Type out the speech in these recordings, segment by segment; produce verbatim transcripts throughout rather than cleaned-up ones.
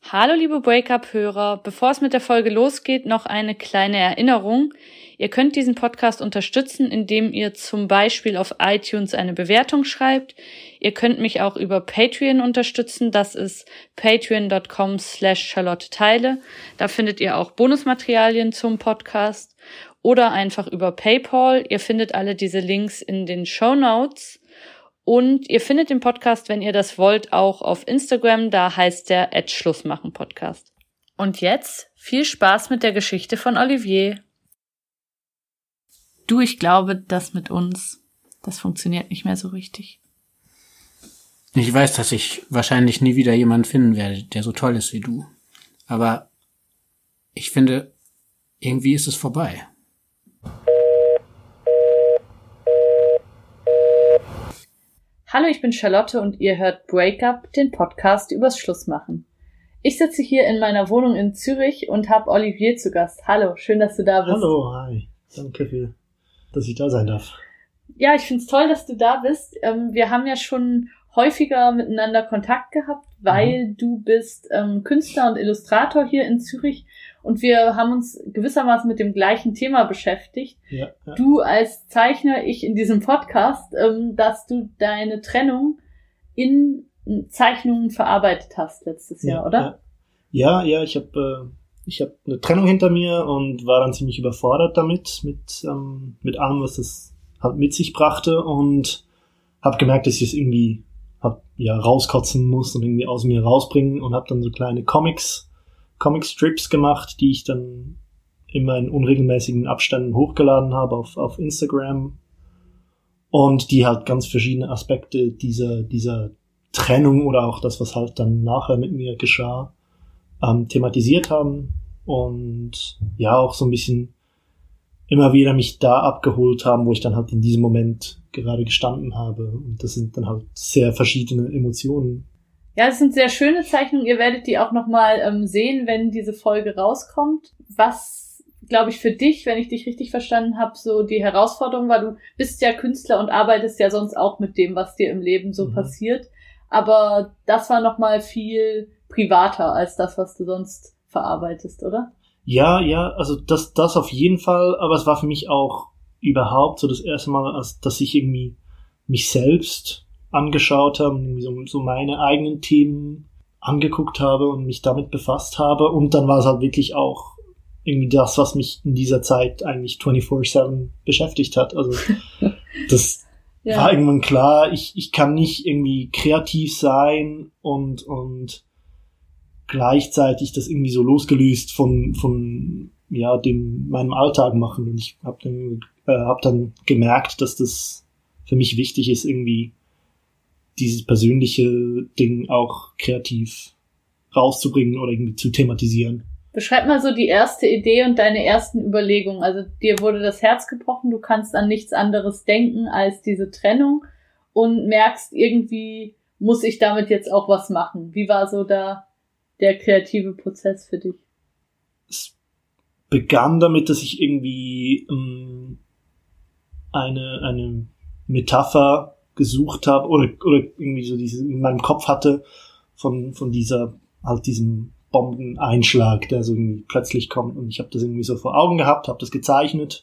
Hallo liebe Breakup-Hörer, bevor es mit der Folge losgeht, noch eine kleine Erinnerung. Ihr könnt diesen Podcast unterstützen, indem ihr zum Beispiel auf iTunes eine Bewertung schreibt. Ihr könnt mich auch über Patreon unterstützen, das ist patreon.com slash Charlotte Teile. Da findet ihr auch Bonusmaterialien zum Podcast. Oder einfach über PayPal. Ihr findet alle diese Links in den Shownotes. Und ihr findet den Podcast, wenn ihr das wollt, auch auf Instagram. Da heißt der at Schlussmachen Podcast. Und jetzt viel Spaß mit der Geschichte von Olivier. Du, ich glaube, das mit uns, das funktioniert nicht mehr so richtig. Ich weiß, dass ich wahrscheinlich nie wieder jemanden finden werde, der so toll ist wie du. Aber ich finde, irgendwie ist es vorbei. Hallo, ich bin Charlotte und ihr hört Breakup, den Podcast übers Schlussmachen. Ich sitze hier in meiner Wohnung in Zürich und habe Olivier zu Gast. Hallo, schön, dass du da bist. Hallo, hi. Danke für, dass ich da sein darf. Ja, ich find's toll, dass du da bist. Ähm, wir haben ja schon häufiger miteinander Kontakt gehabt, weil mhm. du bist ähm, Künstler und Illustrator hier in Zürich und wir haben uns gewissermaßen mit dem gleichen Thema beschäftigt. Ja, ja. Du als Zeichner, ich in diesem Podcast, ähm, dass du deine Trennung in Zeichnungen verarbeitet hast letztes ja, Jahr, oder? Ja, ja, ja ich habe äh, ich habe eine Trennung hinter mir und war dann ziemlich überfordert damit, mit ähm, mit allem, was das halt mit sich brachte und habe gemerkt, dass ich es irgendwie hab ja rauskotzen muss und irgendwie aus mir rausbringen und habe dann so kleine Comics Comic-Strips gemacht, die ich dann immer in unregelmäßigen Abständen hochgeladen habe auf, auf Instagram und die halt ganz verschiedene Aspekte dieser, dieser Trennung oder auch das, was halt dann nachher mit mir geschah, ähm, thematisiert haben und ja auch so ein bisschen immer wieder mich da abgeholt haben, wo ich dann halt in diesem Moment gerade gestanden habe und das sind dann halt sehr verschiedene Emotionen. Ja, das sind sehr schöne Zeichnungen. Ihr werdet die auch nochmal ähm, sehen, wenn diese Folge rauskommt. Was, glaube ich, für dich, wenn ich dich richtig verstanden habe, so die Herausforderung war, du bist ja Künstler und arbeitest ja sonst auch mit dem, was dir im Leben so mhm. passiert. Aber das war nochmal viel privater als das, was du sonst verarbeitest, oder? Ja, ja, also das, das auf jeden Fall. Aber es war für mich auch überhaupt so das erste Mal, als dass ich irgendwie mich selbst angeschaut habe, irgendwie so, so meine eigenen Themen angeguckt habe und mich damit befasst habe. Und dann war es halt wirklich auch irgendwie das, was mich in dieser Zeit eigentlich vierundzwanzig sieben beschäftigt hat. Also das ja. war irgendwann klar, ich, ich kann nicht irgendwie kreativ sein und, und gleichzeitig das irgendwie so losgelöst von, von ja, dem meinem Alltag machen. Und ich habe dann, äh, hab dann gemerkt, dass das für mich wichtig ist, irgendwie dieses persönliche Ding auch kreativ rauszubringen oder irgendwie zu thematisieren. Beschreib mal so die erste Idee und deine ersten Überlegungen. Also dir wurde das Herz gebrochen, du kannst an nichts anderes denken als diese Trennung und merkst, irgendwie muss ich damit jetzt auch was machen. Wie war so da der kreative Prozess für dich? Es begann damit, dass ich irgendwie ähm, eine eine Metapher gesucht habe oder oder irgendwie so diese in meinem Kopf hatte von von dieser halt diesem Bombeneinschlag, der so irgendwie plötzlich kommt und ich habe das irgendwie so vor Augen gehabt, habe das gezeichnet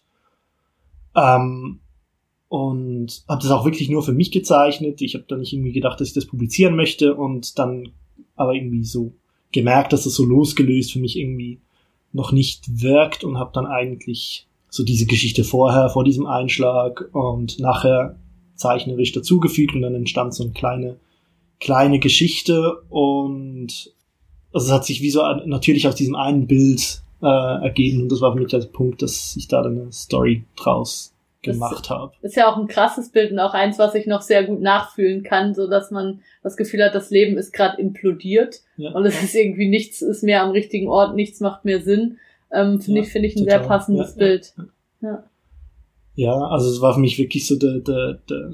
ähm, und habe das auch wirklich nur für mich gezeichnet. Ich habe da nicht irgendwie gedacht, dass ich das publizieren möchte und dann aber irgendwie so gemerkt, dass das so losgelöst für mich irgendwie noch nicht wirkt und habe dann eigentlich so diese Geschichte vorher, vor diesem Einschlag und nachher zeichnerisch dazugefügt und dann entstand so eine kleine kleine Geschichte und also es hat sich wie so natürlich aus diesem einen Bild äh, ergeben und das war für mich der Punkt, dass ich da dann eine Story draus gemacht habe. Ist ja auch ein krasses Bild und auch eins, was ich noch sehr gut nachfühlen kann, so dass man das Gefühl hat, das Leben ist gerade implodiert ja. und es ist irgendwie nichts ist mehr am richtigen Ort, nichts macht mehr Sinn. Ähm, finde ja, ich finde ich ein total. Sehr passendes ja, Bild. Ja. Ja. Ja, also es war für mich wirklich so der, der, der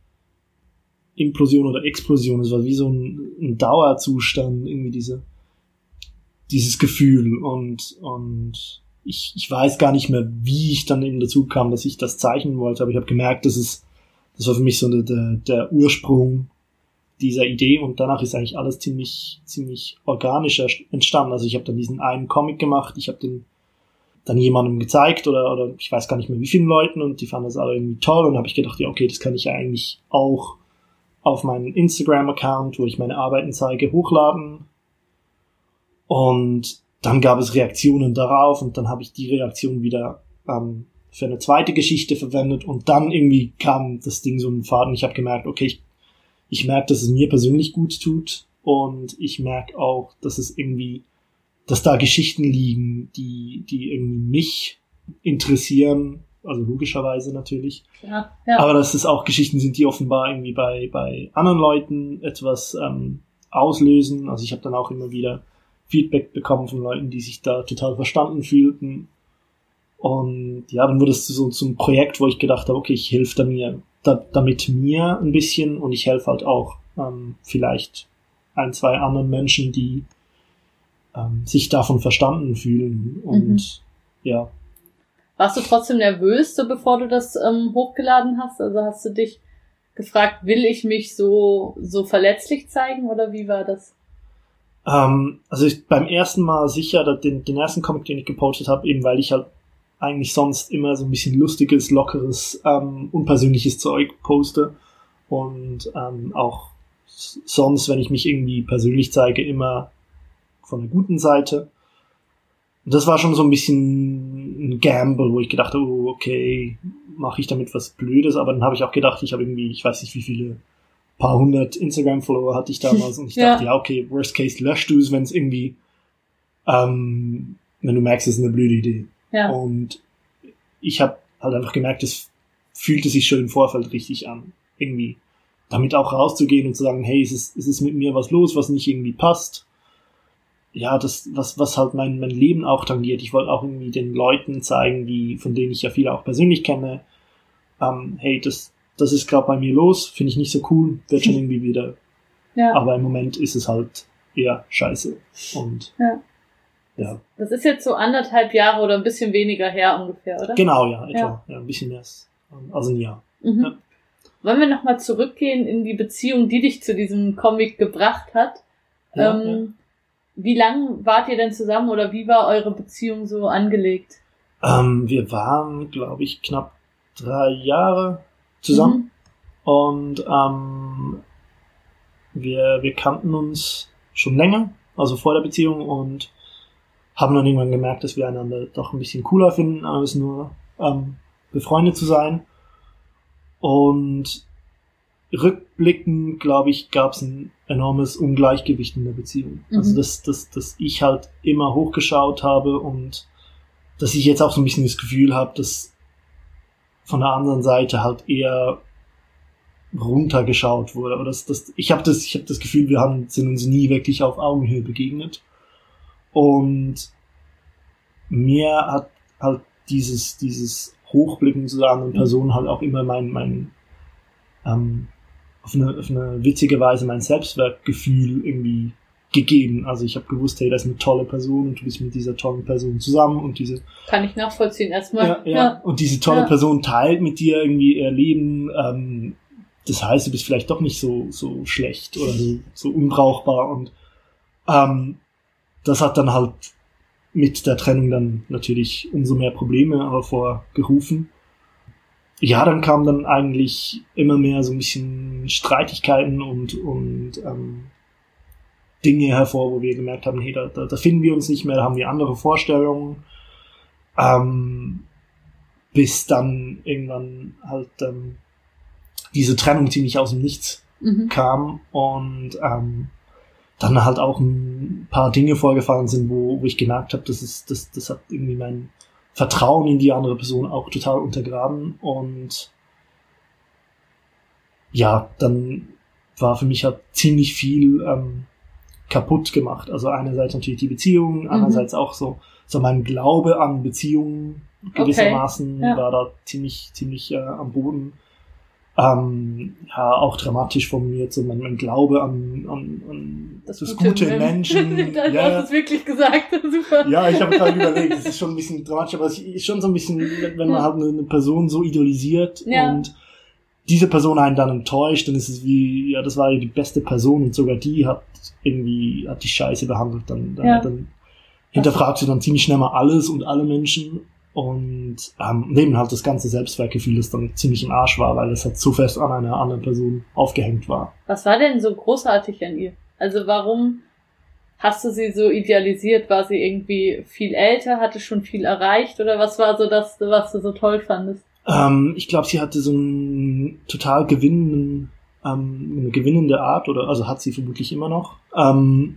Implosion oder Explosion. Es war wie so ein, ein Dauerzustand, irgendwie diese, dieses Gefühl und, und ich, ich weiß gar nicht mehr, wie ich dann eben dazu kam, dass ich das zeichnen wollte, aber ich habe gemerkt, dass es, das war für mich so der, der, der Ursprung dieser Idee und danach ist eigentlich alles ziemlich ziemlich organisch entstanden. Also ich habe dann diesen einen Comic gemacht, ich habe den dann jemandem gezeigt oder oder ich weiß gar nicht mehr wie vielen Leuten und die fanden das alle irgendwie toll und habe ich gedacht, ja okay, das kann ich ja eigentlich auch auf meinen Instagram-Account, wo ich meine Arbeiten zeige, hochladen. Und dann gab es Reaktionen darauf und dann habe ich die Reaktion wieder ähm, für eine zweite Geschichte verwendet und dann irgendwie kam das Ding so in den Faden. Ich habe gemerkt, okay, ich, ich merke, dass es mir persönlich gut tut und ich merke auch, dass es irgendwie, dass da Geschichten liegen, die, die irgendwie mich interessieren, also logischerweise natürlich. Ja, ja. Aber dass es auch Geschichten sind, die offenbar irgendwie bei, bei anderen Leuten etwas ähm, auslösen. Also ich habe dann auch immer wieder Feedback bekommen von Leuten, die sich da total verstanden fühlten. Und ja, dann wurde es so zum Projekt, wo ich gedacht habe, okay, ich helfe da mir, da, damit mir ein bisschen und ich helfe halt auch ähm, vielleicht ein, zwei anderen Menschen, die ähm, sich davon verstanden fühlen. Und Mhm. ja. Warst du trotzdem nervös, so bevor du das ähm, hochgeladen hast? Also hast du dich gefragt, will ich mich so so verletzlich zeigen oder wie war das? Ähm, also ich, beim ersten Mal sicher, dass den, den ersten Comic, den ich gepostet habe, eben weil ich halt eigentlich sonst immer so ein bisschen lustiges, lockeres, ähm, unpersönliches Zeug poste und ähm, auch s- sonst, wenn ich mich irgendwie persönlich zeige, immer von der guten Seite. Und das war schon so ein bisschen ein Gamble, wo ich gedacht habe, oh, okay, mache ich damit was Blödes, aber dann habe ich auch gedacht, ich habe irgendwie, ich weiß nicht wie viele, paar hundert Instagram-Follower hatte ich damals und ich Ja. dachte, ja, okay, worst case löscht du es, wenn es irgendwie, ähm, wenn du merkst, es ist eine blöde Idee. Ja. Und ich habe halt einfach gemerkt, es fühlte sich schon im Vorfeld richtig an, irgendwie damit auch rauszugehen und zu sagen, hey, es ist, es ist mit mir was los, was nicht irgendwie passt. Ja, das, was, was halt mein, mein Leben auch tangiert. Ich wollte auch irgendwie den Leuten zeigen, die, von denen ich ja viele auch persönlich kenne, ähm, hey, das, das ist gerade bei mir los, finde ich nicht so cool, wird schon irgendwie wieder. Ja. Aber im Moment ist es halt eher scheiße. Und Ja. ja, Das ist jetzt so anderthalb Jahre oder ein bisschen weniger her ungefähr, oder? genau, ja, etwa. Ja. Ja, ein bisschen mehr. als- Also ein Jahr. Mhm. Ja. Wollen wir nochmal zurückgehen in die Beziehung, die dich zu diesem Comic gebracht hat? Ja, ähm, Wie lang wart ihr denn zusammen oder wie war eure Beziehung so angelegt? Ähm, wir waren, glaube ich, knapp drei Jahre zusammen und ähm, wir, wir kannten uns schon länger, also vor der Beziehung und haben dann irgendwann gemerkt, dass wir einander doch ein bisschen cooler finden, als nur ähm, befreundet zu sein. Und rückblickend, glaube ich, gab es ein enormes Ungleichgewicht in der Beziehung. Mhm. Also dass, dass, dass ich halt immer hochgeschaut habe und dass ich jetzt auch so ein bisschen das Gefühl habe, dass von der anderen Seite halt eher runtergeschaut wurde. Oder das, das, ich habe das, ich habe das Gefühl, wir haben, sind uns nie wirklich auf Augenhöhe begegnet. Und mir hat halt dieses, dieses Hochblicken zu der anderen Person halt auch immer mein, mein, ähm, auf eine, auf eine witzige Weise mein Selbstwertgefühl irgendwie gegeben. Also ich habe gewusst, hey, das ist eine tolle Person und du bist mit dieser tollen Person zusammen und diese Kann ich nachvollziehen erstmal. ja, ja. Und diese tolle Ja. Person teilt mit dir irgendwie ihr Leben. Ähm, das heißt, du bist vielleicht doch nicht so so schlecht oder so, so unbrauchbar. Und ähm, das hat dann halt mit der Trennung dann natürlich umso mehr Probleme hervorgerufen. Ja, dann kamen dann eigentlich immer mehr so ein bisschen Streitigkeiten und und ähm, Dinge hervor, wo wir gemerkt haben, hey, da, da, da finden wir uns nicht mehr, da haben wir andere Vorstellungen. Ähm, bis dann irgendwann halt ähm, diese Trennung ziemlich aus dem Nichts Mhm. kam und ähm, dann halt auch ein paar Dinge vorgefallen sind, wo, wo ich gemerkt habe, das ist, das, das hat irgendwie mein Vertrauen in die andere Person auch total untergraben und ja, dann war für mich halt ziemlich viel ähm, kaputt gemacht. Also einerseits natürlich die Beziehung, andererseits auch so so mein Glaube an Beziehungen gewissermaßen Okay, ja. war da ziemlich ziemlich äh, am Boden. Ähm, ja, auch dramatisch formuliert, so mein, mein Glaube an, an, an das, das Gute im Menschen. das ja, hast du es wirklich gesagt, super. ja, ich habe gerade überlegt, das ist schon ein bisschen dramatisch, aber es ist schon so ein bisschen, wenn man halt eine, eine Person so idolisiert Ja. und diese Person einen dann enttäuscht, dann ist es wie, ja, das war ja die beste Person und sogar die hat irgendwie, hat die Scheiße behandelt, dann, dann, Ja. dann hinterfragst du dann ziemlich schnell mal alles und alle Menschen und ähm, neben halt das ganze Selbstwertgefühl, das dann ziemlich im Arsch war, weil das halt so fest an einer anderen Person aufgehängt war. Was war denn so großartig an ihr? Also warum hast du sie so idealisiert? War sie irgendwie viel älter, hatte schon viel erreicht oder was war so das, was du so toll fandest? Ähm, ich glaube, sie hatte so einen total gewinnenden, ähm, eine gewinnende Art, oder also hat sie vermutlich immer noch. Ähm,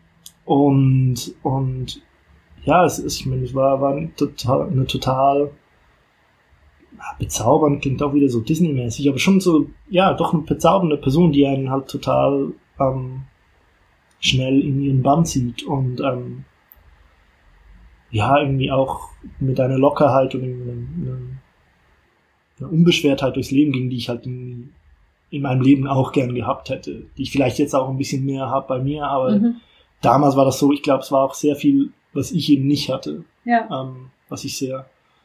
und und ja, es ist, ich meine, es war, war eine total, eine total bezaubernd, klingt auch wieder so Disney-mäßig, aber schon so, ja, doch eine bezaubernde Person, die einen halt total ähm, schnell in ihren Bann zieht und ähm, ja, irgendwie auch mit einer Lockerheit und einer, einer, einer Unbeschwertheit durchs Leben ging, die ich halt in, in meinem Leben auch gern gehabt hätte, die ich vielleicht jetzt auch ein bisschen mehr habe bei mir, aber Mhm. damals war das so, ich glaube, es war auch sehr viel, was ich eben nicht hatte, Ja, ähm, was ich sehr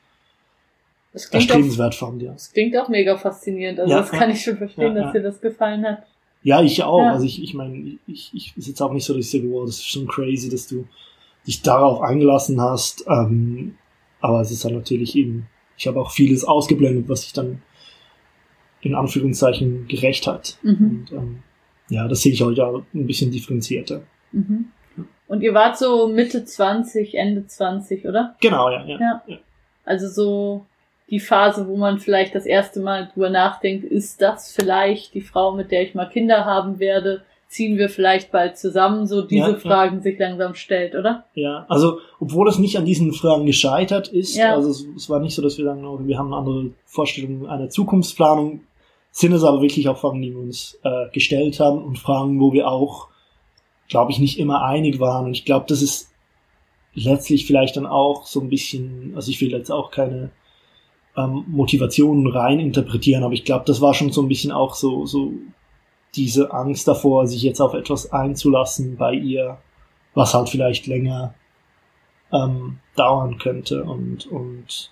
das klingt, auch, erstrebenswert fand, ja. das klingt auch mega faszinierend. Also Ja, das kann ja. ich schon verstehen, Ja, dass ja. dir das gefallen hat. Ja, ich auch. Ja. Also ich, ich meine, ich, ich ist jetzt auch nicht so, dass ich sage, wow, das ist schon crazy, dass du dich darauf eingelassen hast. Ähm, aber es ist dann natürlich eben, ich habe auch vieles ausgeblendet, was sich dann in Anführungszeichen gerecht hat. Mhm. Und ähm, ja, das sehe ich heute auch ein bisschen differenzierter. Mhm. Und ihr wart so Mitte zwanzig, Ende zwanzig, oder? Genau, ja, ja. Ja. ja. Also so die Phase, wo man vielleicht das erste Mal drüber nachdenkt, ist das vielleicht die Frau, mit der ich mal Kinder haben werde? Ziehen wir vielleicht bald zusammen? So diese Ja, Fragen sich langsam stellt, oder? Ja, also obwohl es nicht an diesen Fragen gescheitert ist, Ja. also es, es war nicht so, dass wir sagen, oh, wir haben eine andere Vorstellung einer Zukunftsplanung, sind es aber wirklich auch Fragen, die wir uns äh, gestellt haben und Fragen, wo wir auch, glaube ich, nicht immer einig waren. Und ich glaube, das ist letztlich vielleicht dann auch so ein bisschen, also ich will jetzt auch keine ähm, Motivationen rein interpretieren, aber ich glaube, das war schon so ein bisschen auch so, so diese Angst davor, sich jetzt auf etwas einzulassen bei ihr, was halt vielleicht länger ähm, dauern könnte. Und, und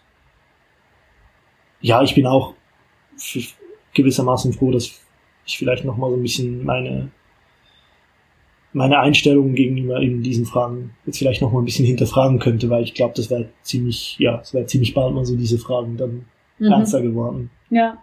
ja, ich bin auch für, gewissermaßen froh, dass ich vielleicht nochmal so ein bisschen meine meine Einstellung gegenüber eben diesen Fragen jetzt vielleicht noch mal ein bisschen hinterfragen könnte, weil ich glaube, das wäre ziemlich, ja, es wäre ziemlich bald mal so diese Fragen dann Mhm. ernster geworden. Ja.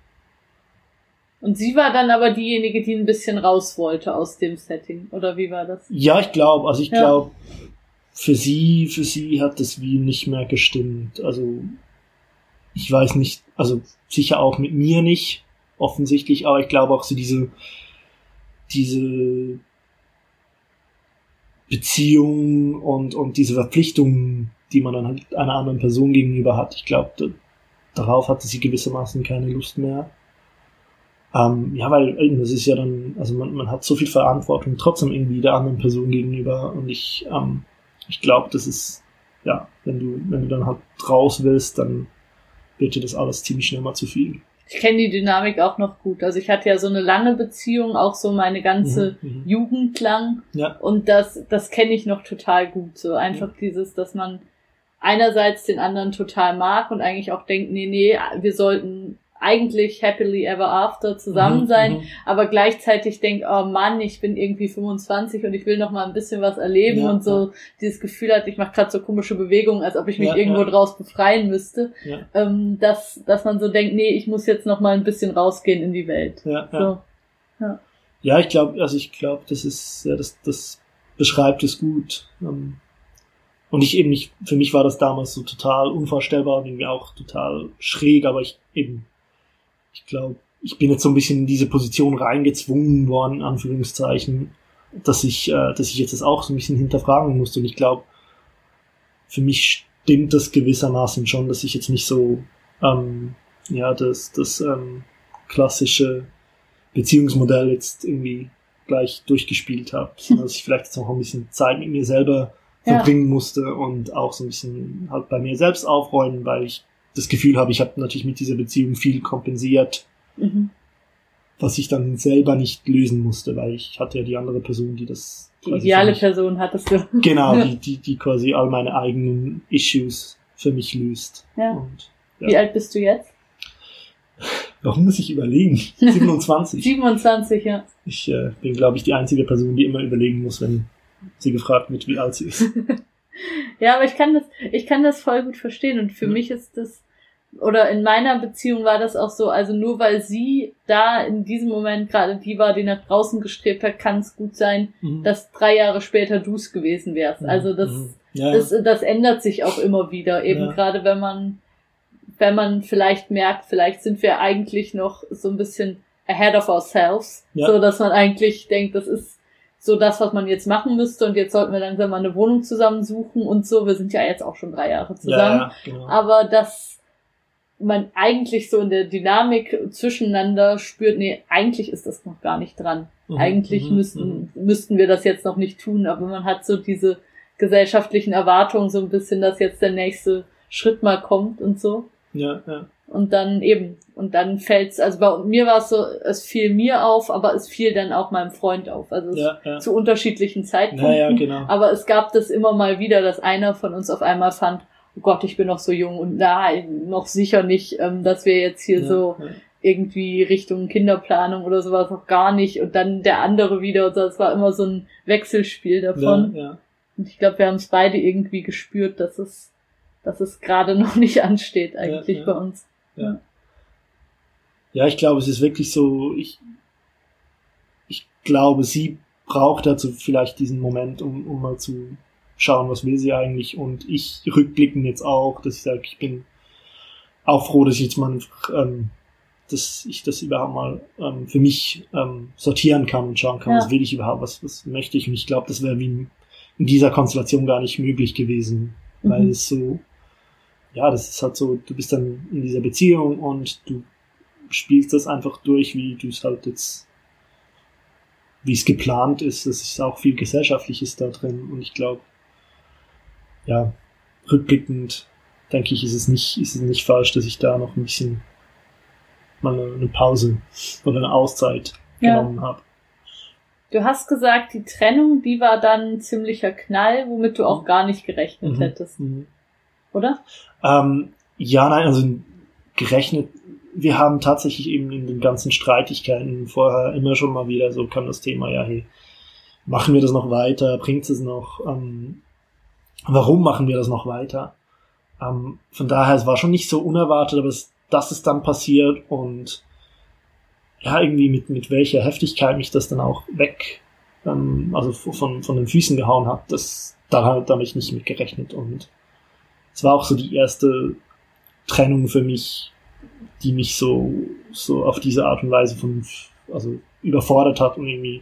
Und sie war dann aber diejenige, die ein bisschen raus wollte aus dem Setting, oder wie war das? Ja, ich glaube, also ich Ja. glaube, für sie, für sie hat das wie nicht mehr gestimmt. Also ich weiß nicht, also sicher auch mit mir nicht, offensichtlich, aber ich glaube auch so diese, diese Beziehung und, und diese Verpflichtungen, die man dann halt einer anderen Person gegenüber hat. Ich glaube, da, darauf hatte sie gewissermaßen keine Lust mehr. Ähm, ja, weil eben, das ist ja dann, also man, man hat so viel Verantwortung trotzdem irgendwie der anderen Person gegenüber und ich, ähm, ich glaube, das ist, ja, wenn du, wenn du dann halt raus willst, dann wird dir das alles ziemlich schnell mal zu viel. Ich kenne die Dynamik auch noch gut. Also ich hatte ja so eine lange Beziehung, auch so meine ganze Mhm, mhm. Jugend lang. Ja. Und das, das kenne ich noch total gut. So einfach dieses, dass man einerseits den anderen total mag und eigentlich auch denkt, nee, nee, wir sollten eigentlich happily ever after zusammen Mhm, sein, mhm. aber gleichzeitig denkt, oh Mann, ich bin irgendwie fünfundzwanzig und ich will noch mal ein bisschen was erleben Ja, und so dieses Gefühl hat, ich mache gerade so komische Bewegungen, als ob ich mich Ja, irgendwo ja. draus befreien müsste, Ja. ähm, dass, dass man so denkt, nee, ich muss jetzt noch mal ein bisschen rausgehen in die Welt. Ja, ja. So. Ja, ich glaube, also ich glaube, das ist, ja, das, das beschreibt es gut. Ähm, Und ich eben nicht, für mich war das damals so total unvorstellbar und irgendwie auch total schräg, aber ich eben, ich glaube, ich bin jetzt so ein bisschen in diese Position reingezwungen worden, in Anführungszeichen, dass ich, äh, dass ich jetzt das auch so ein bisschen hinterfragen musste. Und ich glaube, für mich stimmt das gewissermaßen schon, dass ich jetzt nicht so, ähm, ja, das, das ähm, klassische Beziehungsmodell jetzt irgendwie gleich durchgespielt habe, sondern dass ich vielleicht jetzt noch ein bisschen Zeit mit mir selber Ja. verbringen musste und auch so ein bisschen halt bei mir selbst aufräumen, weil ich das Gefühl habe, ich habe natürlich mit dieser Beziehung viel kompensiert, Mhm. was ich dann selber nicht lösen musste, weil ich hatte ja die andere Person, die das Die quasi ideale für mich, Person hattest du. genau, die, die, die quasi all meine eigenen Issues für mich löst. Ja. Und, Wie alt bist du jetzt? Warum muss ich überlegen? siebenundzwanzig. siebenundzwanzig, ja. Ich äh, bin, glaube ich, die einzige Person, die immer überlegen muss, wenn sie gefragt wird, wie alt sie ist. Ja, aber ich kann das, ich kann das voll gut verstehen und für mhm. mich ist das, oder in meiner Beziehung war das auch so, also nur weil sie da in diesem Moment gerade die war, die nach draußen gestrebt hat, kann es gut sein, mhm. dass drei Jahre später du es gewesen wärst. Mhm. Also das, mhm. ja, das, das ändert sich auch immer wieder, eben ja. gerade wenn man, wenn man vielleicht merkt, vielleicht sind wir eigentlich noch so ein bisschen ahead of ourselves, ja. so dass man eigentlich denkt, das ist so das, was man jetzt machen müsste und jetzt sollten wir langsam mal eine Wohnung zusammensuchen und so. Wir sind ja jetzt auch schon drei Jahre zusammen. Ja, genau. Aber dass man eigentlich so in der Dynamik zwischeneinander spürt, nee, eigentlich ist das noch gar nicht dran. Mhm, eigentlich mhm, müssten, mhm. müssten wir das jetzt noch nicht tun, aber man hat so diese gesellschaftlichen Erwartungen so ein bisschen, dass jetzt der nächste Schritt mal kommt und so. Ja, ja. Und dann eben, und dann fällt's, also bei mir war es so, es fiel mir auf, aber es fiel dann auch meinem Freund auf. Also ja, ja. zu unterschiedlichen Zeitpunkten. Ja, ja, genau. Aber es gab das immer mal wieder, dass einer von uns auf einmal fand, oh Gott, ich bin noch so jung und nein, noch sicher nicht, ähm, dass wir jetzt hier ja, so ja. irgendwie Richtung Kinderplanung oder sowas noch gar nicht. Und dann der andere wieder und so. Es war immer so ein Wechselspiel davon. Ja, ja. Und ich glaube, wir haben es beide irgendwie gespürt, dass es, dass es gerade noch nicht ansteht eigentlich ja, ja. bei uns. Ja. Ja, ich glaube, es ist wirklich so, ich, ich glaube, sie braucht dazu vielleicht diesen Moment, um, um mal zu schauen, was will sie eigentlich, und ich rückblickend jetzt auch, dass ich sage, ich bin auch froh, dass ich jetzt mal, ähm, dass ich das überhaupt mal ähm, für mich ähm, sortieren kann und schauen kann, ja. was will ich überhaupt, was, was möchte ich, und ich glaube, das wäre wie in, in dieser Konstellation gar nicht möglich gewesen, mhm. weil es so, ja, das ist halt so, du bist dann in dieser Beziehung und du spielst das einfach durch, wie du es halt jetzt, wie es geplant ist. Es ist auch viel Gesellschaftliches da drin, und ich glaube, ja, rückblickend denke ich, ist es nicht, ist es nicht falsch, dass ich da noch ein bisschen mal eine, eine Pause oder eine Auszeit ja. genommen habe. Du hast gesagt, die Trennung, die war dann ein ziemlicher Knall, womit du auch gar nicht gerechnet mhm. hättest. Mhm. Oder? Ähm, ja, nein, also gerechnet, wir haben tatsächlich eben in den ganzen Streitigkeiten vorher immer schon mal wieder so kam das Thema, ja, hey, machen wir das noch weiter, bringt es noch, ähm, warum machen wir das noch weiter? Ähm, von daher, es war schon nicht so unerwartet, aber es, dass es dann passiert und ja, irgendwie mit, mit welcher Heftigkeit mich das dann auch weg, ähm, also von, von den Füßen gehauen hat, das, da hat damit nicht mit gerechnet, und es war auch so die erste Trennung für mich, die mich so, so auf diese Art und Weise von, also überfordert hat und irgendwie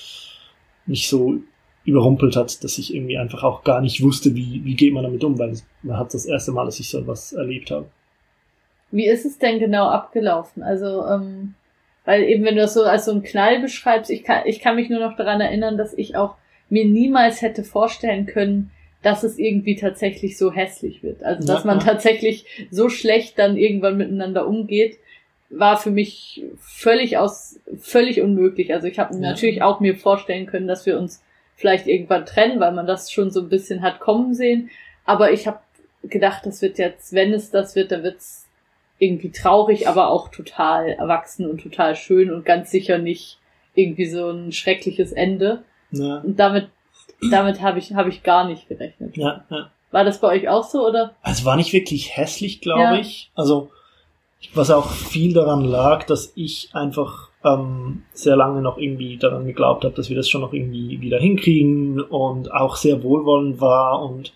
mich so überrumpelt hat, dass ich irgendwie einfach auch gar nicht wusste, wie, wie geht man damit um, weil man hat das erste Mal, dass ich so was erlebt habe. Wie ist es denn genau abgelaufen? Also, ähm, weil eben, wenn du das so als so einen Knall beschreibst, ich kann, ich kann mich nur noch daran erinnern, dass ich auch mir niemals hätte vorstellen können, dass es irgendwie tatsächlich so hässlich wird. Also, dass ja, man ja. tatsächlich so schlecht dann irgendwann miteinander umgeht, war für mich völlig aus, völlig unmöglich. Also, ich habe ja. natürlich auch mir vorstellen können, dass wir uns vielleicht irgendwann trennen, weil man das schon so ein bisschen hat kommen sehen. Aber ich habe gedacht, das wird jetzt, wenn es das wird, dann wird's irgendwie traurig, aber auch total erwachsen und total schön und ganz sicher nicht irgendwie so ein schreckliches Ende. Ja. Und damit Damit habe ich, habe ich gar nicht gerechnet. Ja, ja. War das bei euch auch so, oder? Es war nicht wirklich hässlich, glaube ja. ich. Also, was auch viel daran lag, dass ich einfach ähm, sehr lange noch irgendwie daran geglaubt habe, dass wir das schon noch irgendwie wieder hinkriegen, und auch sehr wohlwollend war und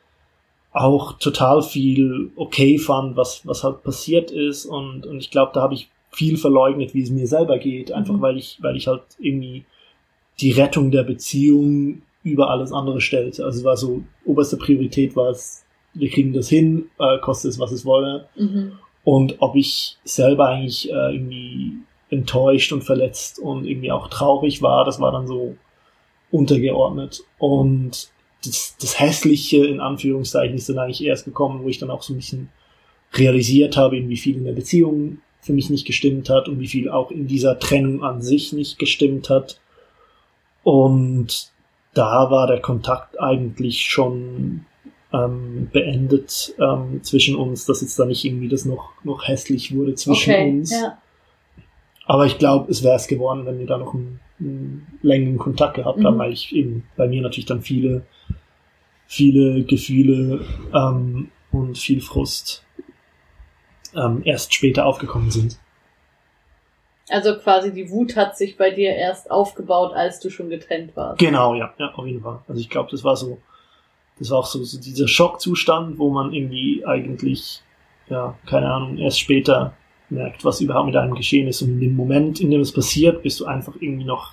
auch total viel okay fand, was, was halt passiert ist, und, und ich glaube, da habe ich viel verleugnet, wie es mir selber geht, einfach mhm. weil ich, weil ich halt irgendwie die Rettung der Beziehung über alles andere stellte. Also es war so, oberste Priorität war es, wir kriegen das hin, äh, koste es, was es wolle. Mhm. Und ob ich selber eigentlich äh, irgendwie enttäuscht und verletzt und irgendwie auch traurig war, das war dann so untergeordnet. Und das, das Hässliche, in Anführungszeichen, ist dann eigentlich erst gekommen, wo ich dann auch so ein bisschen realisiert habe, wie viel in der Beziehung für mich nicht gestimmt hat und wie viel auch in dieser Trennung an sich nicht gestimmt hat. Und da war der Kontakt eigentlich schon ähm, beendet ähm, zwischen uns, dass jetzt da nicht irgendwie das noch, noch hässlich wurde zwischen okay, uns. Ja. Aber ich glaube, es wäre es geworden, wenn wir da noch einen, einen längeren Kontakt gehabt Mhm. haben, weil ich eben bei mir natürlich dann viele, viele Gefühle ähm, und viel Frust ähm, erst später aufgekommen sind. Also quasi die Wut hat sich bei dir erst aufgebaut, als du schon getrennt warst. Genau, ja, ja, auf jeden Fall. Also ich glaube, das war so, das war auch so, so dieser Schockzustand, wo man irgendwie eigentlich, ja, keine Ahnung, erst später merkt, was überhaupt mit einem geschehen ist. Und in dem Moment, in dem es passiert, bist du einfach irgendwie noch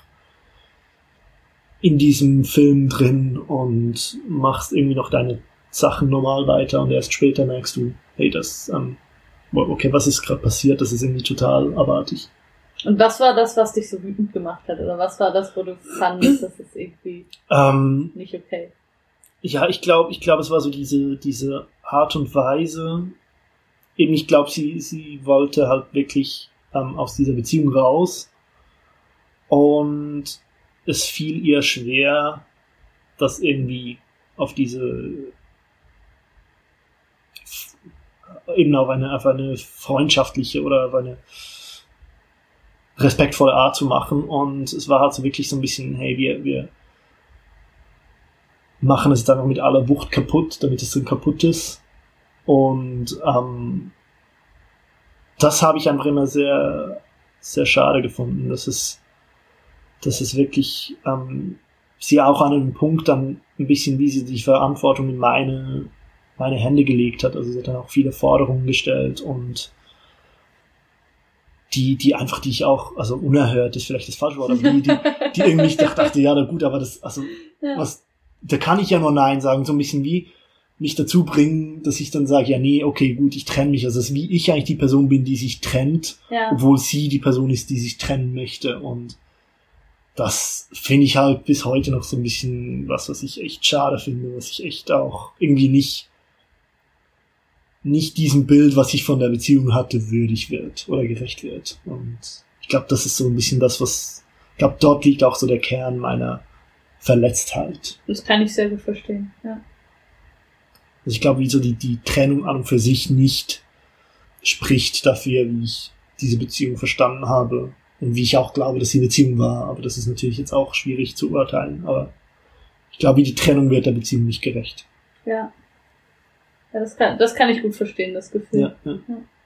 in diesem Film drin und machst irgendwie noch deine Sachen normal weiter und erst später merkst du, hey, das, ähm, okay, was ist gerade passiert? Das ist irgendwie total abartig. Und was war das, was dich so wütend gemacht hat? Oder was war das, wo du fandest, das ist irgendwie Ähm, nicht okay? Ja, ich glaube, ich glaube, es war so diese, diese Art und Weise. Eben, ich glaube, sie, sie wollte halt wirklich ähm, aus dieser Beziehung raus. Und es fiel ihr schwer, das irgendwie auf diese, eben auf eine, auf eine freundschaftliche oder auf eine respektvolle Art zu machen. Und es war halt so wirklich so ein bisschen, hey, wir, wir machen es dann auch mit aller Wucht kaputt, damit es dann kaputt ist. Und ähm, das habe ich einfach immer sehr, sehr schade gefunden, dass es, dass es wirklich ähm, sie auch an einem Punkt dann ein bisschen, wie sie die Verantwortung in meine, meine Hände gelegt hat. Also sie hat dann auch viele Forderungen gestellt und die, die einfach, die ich auch, also unerhört ist vielleicht das falsche Wort, aber die, die, die irgendwie ich dachte, dachte, ja, na gut, aber das, also, Ja. was, da kann ich ja nur Nein sagen, so ein bisschen wie mich dazu bringen, dass ich dann sage, ja, nee, okay, gut, ich trenne mich. Also es ist wie ich eigentlich die Person bin, die sich trennt, Ja. obwohl sie die Person ist, die sich trennen möchte. Und das finde ich halt bis heute noch so ein bisschen was, was ich echt schade finde, was ich echt auch irgendwie nicht nicht diesem Bild, was ich von der Beziehung hatte, würdig wird oder gerecht wird. Und ich glaube, das ist so ein bisschen das, was, ich glaube, dort liegt auch so der Kern meiner Verletztheit. Das kann ich sehr gut verstehen, ja. Also ich glaube, wie so die, die Trennung an und für sich nicht spricht dafür, wie ich diese Beziehung verstanden habe und wie ich auch glaube, dass die Beziehung war. Aber das ist natürlich jetzt auch schwierig zu urteilen. Aber ich glaube, die Trennung wird der Beziehung nicht gerecht. Ja. Ja, das kann, das kann ich gut verstehen, das Gefühl. Ja, ja.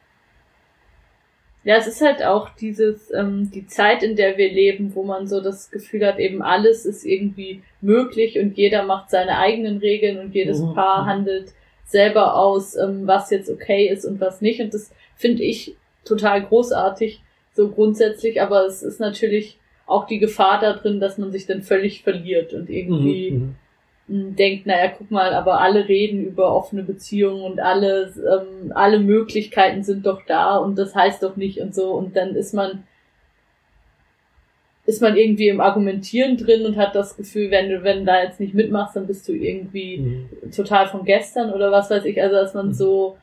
Ja, es ist halt auch dieses, ähm, die Zeit, in der wir leben, wo man so das Gefühl hat, eben alles ist irgendwie möglich und jeder macht seine eigenen Regeln und jedes Mhm. Paar handelt selber aus, ähm, was jetzt okay ist und was nicht. Und das finde ich total großartig, so grundsätzlich, aber es ist natürlich auch die Gefahr da drin, dass man sich dann völlig verliert und irgendwie Mhm, mhm. denkt, naja, guck mal, aber alle reden über offene Beziehungen und alle, ähm, alle Möglichkeiten sind doch da und das heißt doch nicht und so und dann ist man ist man irgendwie im Argumentieren drin und hat das Gefühl, wenn du, wenn du da jetzt nicht mitmachst, dann bist du irgendwie Mhm. total von gestern oder was weiß ich, also dass man Mhm. so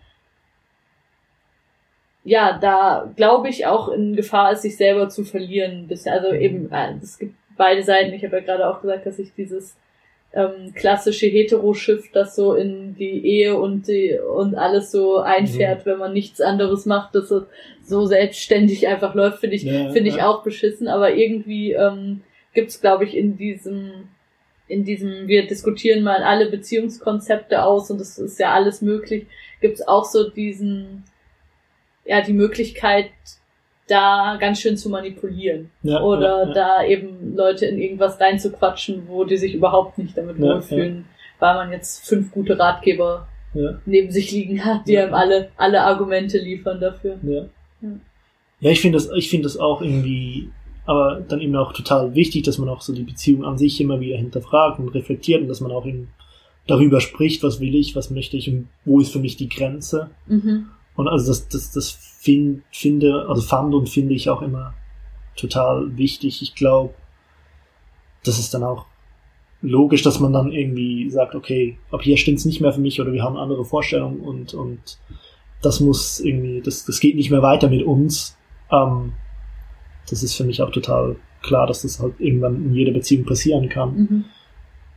ja, da glaube ich auch in Gefahr ist, sich selber zu verlieren. Also eben, äh, es gibt beide Seiten, ich habe ja gerade auch gesagt, dass ich dieses ähm, klassische Hetero-Schiff, das so in die Ehe und die und alles so einfährt, mhm. wenn man nichts anderes macht, dass es so selbstständig einfach läuft, finde ich, Ja, finde ich ja. auch beschissen, aber irgendwie ähm, gibt's, glaube ich, in diesem in diesem, wir diskutieren mal alle Beziehungskonzepte aus und es ist ja alles möglich, gibt's auch so diesen, ja, die Möglichkeit, da ganz schön zu manipulieren. Ja, oder ja, ja. da eben Leute in irgendwas reinzuquatschen, wo die sich überhaupt nicht damit Ja, wohlfühlen, weil man jetzt fünf gute Ratgeber Ja. neben sich liegen hat, die Ja. einem alle, alle Argumente liefern dafür. Ja, Ja. ja ich finde das, ich finde das auch irgendwie, aber dann eben auch total wichtig, dass man auch so die Beziehung an sich immer wieder hinterfragt und reflektiert und dass man auch eben darüber spricht, was will ich, was möchte ich und wo ist für mich die Grenze. Mhm. Und also das, das, das find, finde, also fand und finde ich auch immer total wichtig. Ich glaube, das ist dann auch logisch, dass man dann irgendwie sagt, okay, ab hier stimmt's nicht mehr für mich oder wir haben andere Vorstellungen und, und das muss irgendwie, das, das geht nicht mehr weiter mit uns. Ähm, das ist für mich auch total klar, dass das halt irgendwann in jeder Beziehung passieren kann. Mhm.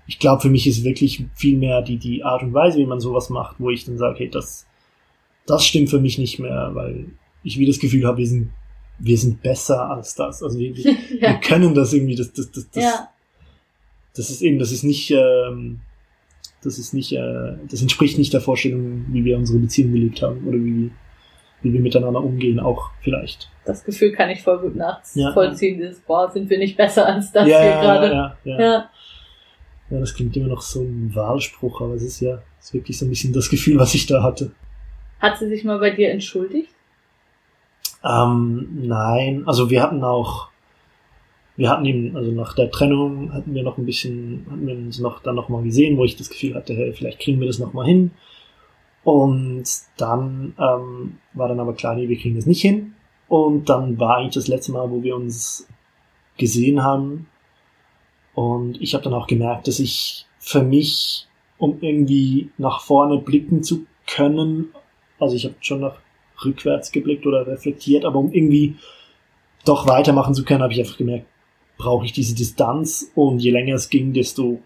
ich glaube, für mich ist wirklich viel mehr die, die Art und Weise, wie man sowas macht, wo ich dann sage, hey, das, das stimmt für mich nicht mehr, weil ich wie das Gefühl habe, wir sind, wir sind besser als das. Also wir, wir, ja. wir können das irgendwie, das, das, das, das, ja. das ist eben, das ist nicht, ähm, das ist nicht, äh, das entspricht nicht der Vorstellung, wie wir unsere Beziehung gelebt haben oder wie, wie wir miteinander umgehen, auch vielleicht. Das Gefühl kann ich voll gut nachvollziehen, ja. dieses, boah, sind wir nicht besser als das ja, hier gerade. Ja, ja, ja. ja. Ja, das klingt immer noch so ein Wahlspruch, aber es ist ja es ist wirklich so ein bisschen das Gefühl, was ich da hatte. Hat sie sich mal bei dir entschuldigt? Ähm, nein, also wir hatten auch, wir hatten ihn, also nach der Trennung hatten wir noch ein bisschen, hatten wir uns noch dann noch mal gesehen, wo ich das Gefühl hatte, hey, vielleicht kriegen wir das noch mal hin. Und dann ähm, war dann aber klar, nee, wir kriegen das nicht hin. Und dann war eigentlich das letzte Mal, wo wir uns gesehen haben. Und ich habe dann auch gemerkt, dass ich für mich, um irgendwie nach vorne blicken zu können, also ich habe schon nach rückwärts geblickt oder reflektiert, aber um irgendwie doch weitermachen zu können, habe ich einfach gemerkt, brauche ich diese Distanz. Und je länger es ging, desto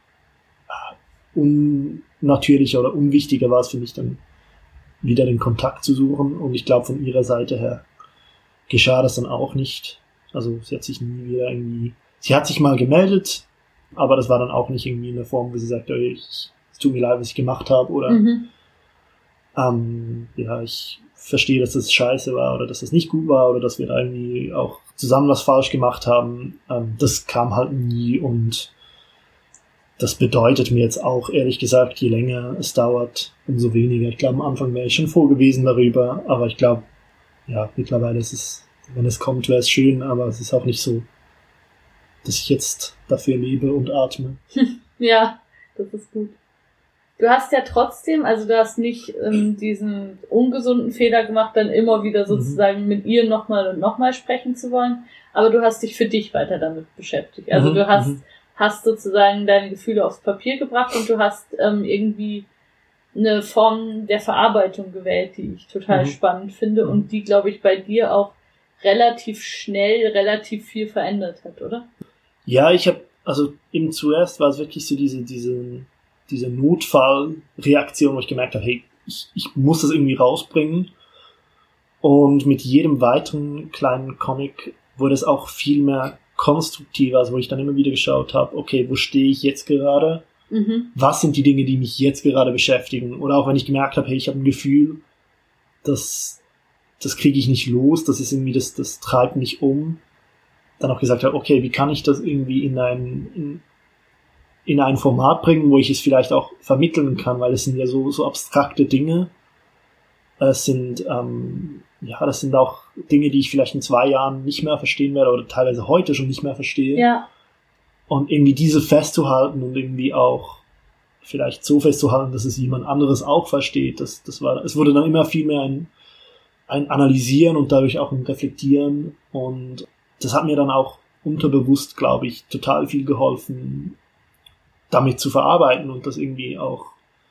unnatürlicher oder unwichtiger war es für mich dann, wieder den Kontakt zu suchen. Und ich glaube, von ihrer Seite her geschah das dann auch nicht. Also sie hat sich nie wieder irgendwie... Sie hat sich mal gemeldet, aber das war dann auch nicht irgendwie in der Form, wo sie sagt, ey, ich, es tut mir leid, was ich gemacht habe, oder mhm. ähm, ja, ich verstehe, dass das scheiße war oder dass das nicht gut war oder dass wir da irgendwie auch zusammen was falsch gemacht haben. Ähm, das kam halt nie und das bedeutet mir jetzt auch, ehrlich gesagt, je länger es dauert, umso weniger. Ich glaube, am Anfang wäre ich schon froh gewesen darüber, aber ich glaube, ja, mittlerweile ist es, wenn es kommt, wäre es schön, aber es ist auch nicht so, dass ich jetzt dafür lebe und atme. Ja, das ist gut. Du hast ja trotzdem, also du hast nicht ähm, diesen ungesunden Fehler gemacht, dann immer wieder sozusagen mhm. mit ihr nochmal und nochmal sprechen zu wollen, aber du hast dich für dich weiter damit beschäftigt. Also mhm. du hast, mhm. hast sozusagen deine Gefühle aufs Papier gebracht und du hast ähm, irgendwie eine Form der Verarbeitung gewählt, die ich total mhm. spannend finde und die, glaube ich, bei dir auch relativ schnell, relativ viel verändert hat, oder? Ja, ich habe, also eben zuerst war es wirklich so diese, diese, diese Notfallreaktion, wo ich gemerkt habe, hey, ich, ich muss das irgendwie rausbringen. Und mit jedem weiteren kleinen Comic wurde es auch viel mehr konstruktiver, also wo ich dann immer wieder geschaut habe, okay, wo stehe ich jetzt gerade? Mhm. Was sind die Dinge, die mich jetzt gerade beschäftigen? Oder auch wenn ich gemerkt habe, hey, ich habe ein Gefühl, dass das kriege ich nicht los, das ist irgendwie, das, das treibt mich um. Dann auch gesagt habe, okay, wie kann ich das irgendwie in ein, in, in ein Format bringen, wo ich es vielleicht auch vermitteln kann, weil es sind ja so, so abstrakte Dinge. Es sind, ähm, ja, das sind auch Dinge, die ich vielleicht in zwei Jahren nicht mehr verstehen werde oder teilweise heute schon nicht mehr verstehe. Ja. Und irgendwie diese festzuhalten und irgendwie auch vielleicht so festzuhalten, dass es jemand anderes auch versteht. Das, das war, es wurde dann immer viel mehr ein, ein Analysieren und dadurch auch ein Reflektieren und das hat mir dann auch unterbewusst, glaube ich, total viel geholfen, damit zu verarbeiten und das irgendwie auch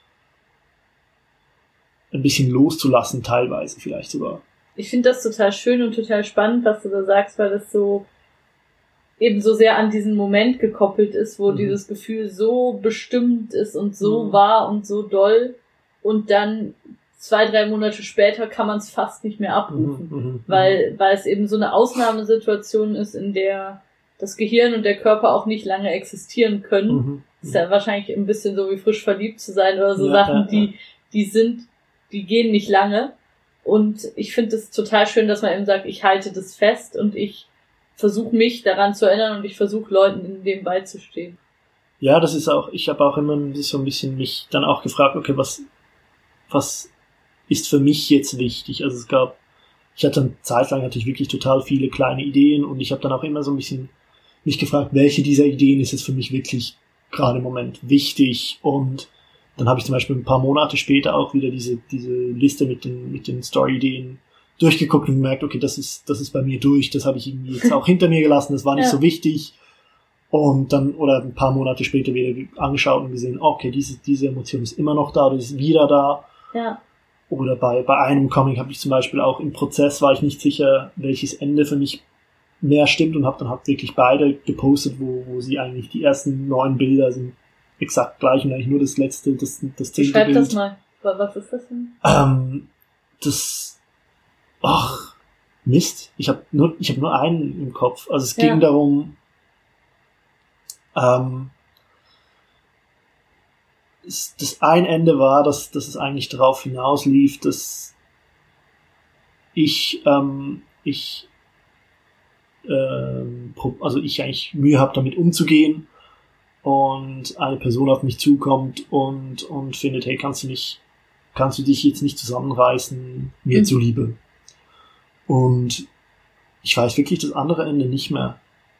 ein bisschen loszulassen, teilweise vielleicht sogar. Ich finde das total schön und total spannend, was du da sagst, weil das so eben so sehr an diesen Moment gekoppelt ist, wo mhm. dieses Gefühl so bestimmt ist und so mhm. wahr und so doll und dann zwei, drei Monate später kann man es fast nicht mehr abrufen, mhm, mh, weil, weil es eben so eine Ausnahmesituation ist, in der das Gehirn und der Körper auch nicht lange existieren können. Mhm, ist ja wahrscheinlich ein bisschen so wie frisch verliebt zu sein oder so ja, Sachen, ja, die, ja. die sind, die gehen nicht lange. Und ich finde es total schön, dass man eben sagt, ich halte das fest und ich versuche mich daran zu erinnern und ich versuche Leuten in dem beizustehen. Ja, das ist auch, ich habe auch immer so ein bisschen mich dann auch gefragt, okay, was, was ist für mich jetzt wichtig? Also es gab, ich hatte eine Zeit lang hatte ich wirklich total viele kleine Ideen und ich habe dann auch immer so ein bisschen mich gefragt, welche dieser Ideen ist jetzt für mich wirklich gerade im Moment wichtig und dann habe ich zum Beispiel ein paar Monate später auch wieder diese diese Liste mit den mit den Story-Ideen durchgeguckt und gemerkt, okay, das ist das ist bei mir durch, das habe ich irgendwie jetzt auch hinter mir gelassen, das war nicht ja. so wichtig und dann oder ein paar Monate später wieder angeschaut und gesehen, okay, diese diese Emotion ist immer noch da, die ist wieder da. Ja. Oder bei bei einem Comic habe ich zum Beispiel auch im Prozess war ich nicht sicher, welches Ende für mich mehr stimmt und habe dann halt wirklich beide gepostet, wo wo sie eigentlich die ersten neun Bilder sind exakt gleich und eigentlich nur das letzte, das, das zehnte Schreib Bild. das mal. Was ist das denn? Ähm, das, ach, Mist. Ich habe nur, ich habe nur einen im Kopf. Also es ging Ja. darum, ähm, es, das ein Ende war, dass, dass es eigentlich darauf hinauslief, dass ich, ähm, ich, ähm, pro- also ich eigentlich Mühe habe, damit umzugehen und eine Person auf mich zukommt und, und findet, hey, kannst du nicht, kannst du dich jetzt nicht zusammenreißen, mir Mhm. zuliebe. Und ich weiß wirklich das andere Ende nicht mehr.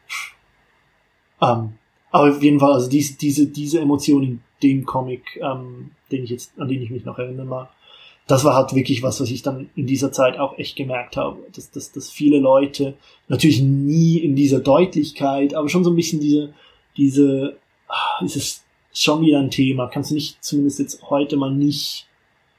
Ähm, aber auf jeden Fall, also diese, diese, diese Emotion in dem Comic, ähm, den ich jetzt, an den ich mich noch erinnern mag, das war halt wirklich was, was ich dann in dieser Zeit auch echt gemerkt habe, dass, dass, dass viele Leute, natürlich nie in dieser Deutlichkeit, aber schon so ein bisschen diese, diese, ah, es ist schon wieder ein Thema, kannst du nicht, zumindest jetzt heute mal nicht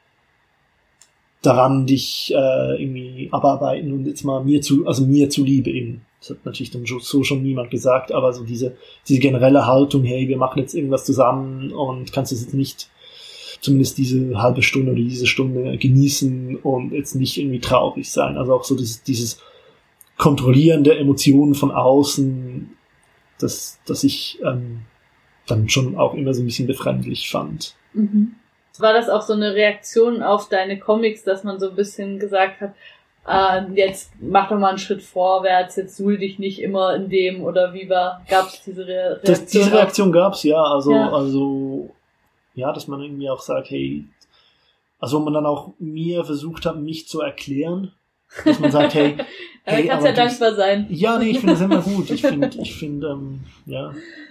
daran dich äh, irgendwie abarbeiten und jetzt mal mir zu, also mir zuliebe eben. Das hat natürlich dann so schon niemand gesagt, aber so diese, diese generelle Haltung, hey, wir machen jetzt irgendwas zusammen und kannst es jetzt nicht zumindest diese halbe Stunde oder diese Stunde genießen und jetzt nicht irgendwie traurig sein. Also auch so dieses, dieses Kontrollieren der Emotionen von außen, das, das ich ähm, dann schon auch immer so ein bisschen befremdlich fand. Mhm. War das auch so eine Reaktion auf deine Comics, dass man so ein bisschen gesagt hat, äh, jetzt mach doch mal einen Schritt vorwärts, jetzt suhl dich nicht immer in dem, oder wie war, gab es diese Re Reaktion? Das, diese Reaktion gab's ja, also, Ja. also, ja, dass man irgendwie auch sagt, hey, also wo man dann auch mir versucht hat, mich zu erklären, dass man sagt, hey, Da hey, kannst ja aber du- dankbar sein. ja, nee, ich finde das immer gut, ich finde, ich finde, ähm, ja,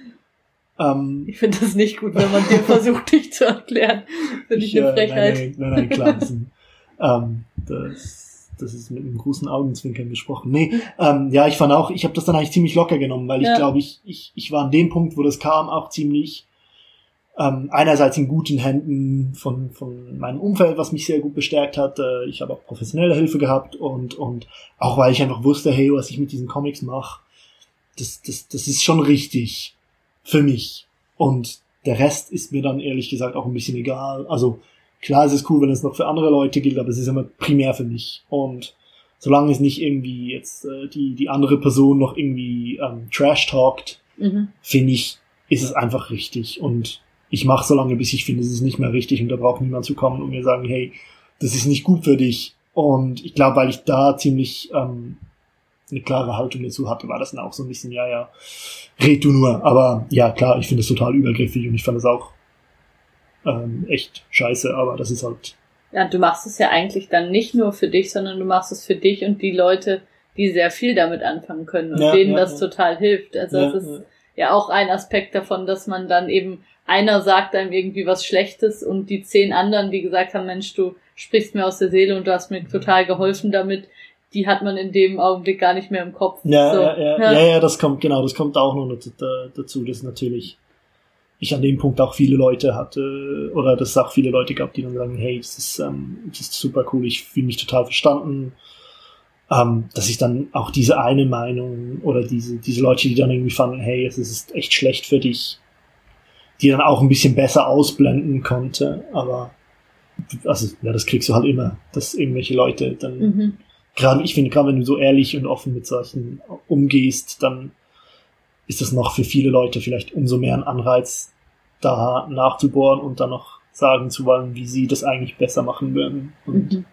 ähm, Ich finde das nicht gut, wenn man dir versucht, dich zu erklären. Finde ich eine äh, Frechheit. Nein, nein, nein, nein klar, das, sind, ähm, das, das ist mit einem großen Augenzwinkern gesprochen. Nee, ähm, ja, ich fand auch, ich habe das dann eigentlich ziemlich locker genommen, weil ich Ja. glaube, ich, ich, ich war an dem Punkt, wo das kam, auch ziemlich ähm, einerseits in guten Händen von, von meinem Umfeld, was mich sehr gut bestärkt hat. Äh, ich habe auch professionelle Hilfe gehabt und, und auch weil ich einfach wusste, hey, was ich mit diesen Comics mache, das, das, das ist schon richtig für mich. Und der Rest ist mir dann ehrlich gesagt auch ein bisschen egal. Also klar, es ist cool, wenn es noch für andere Leute gilt, aber es ist immer primär für mich. Und solange es nicht irgendwie jetzt äh, die, die andere Person noch irgendwie ähm, trash-talkt, Mhm. finde ich, ist es einfach richtig. Und ich mache so lange, bis ich finde, es ist nicht mehr richtig und da braucht niemand zu kommen und mir sagen, hey, das ist nicht gut für dich. Und ich glaube, weil ich da ziemlich ähm, eine klare Haltung dazu hatte, war das dann auch so ein bisschen, ja, ja, red du nur. Aber ja, klar, ich finde es total übergriffig und ich fand es auch ähm, echt scheiße, aber das ist halt, Ja, du machst es ja eigentlich dann nicht nur für dich, sondern du machst es für dich und die Leute, die sehr viel damit anfangen können und Ja, denen ja, das ja. total hilft. Also ja, das ist ja auch ein Aspekt davon, dass man dann eben, einer sagt einem irgendwie was Schlechtes und die zehn anderen, die gesagt haben, Mensch, du sprichst mir aus der Seele und du hast mir total geholfen damit, die hat man in dem Augenblick gar nicht mehr im Kopf. ja, so. ja, ja, ja, ja, das kommt, genau, das kommt auch noch dazu, dass natürlich ich an dem Punkt auch viele Leute hatte, oder dass es auch viele Leute gab, die dann sagen, hey, das ist, ähm, das ist super cool, ich fühle mich total verstanden, ähm, dass ich dann auch diese eine Meinung oder diese, diese Leute, die dann irgendwie fanden, hey, es ist echt schlecht für dich, die dann auch ein bisschen besser ausblenden konnte, aber also, ja, das kriegst du halt immer, dass irgendwelche Leute dann, Mhm. gerade, ich finde, gerade wenn du so ehrlich und offen mit solchen umgehst, dann ist das noch für viele Leute vielleicht umso mehr ein Anreiz, da nachzubohren und dann noch sagen zu wollen, wie sie das eigentlich besser machen würden. Und Mhm.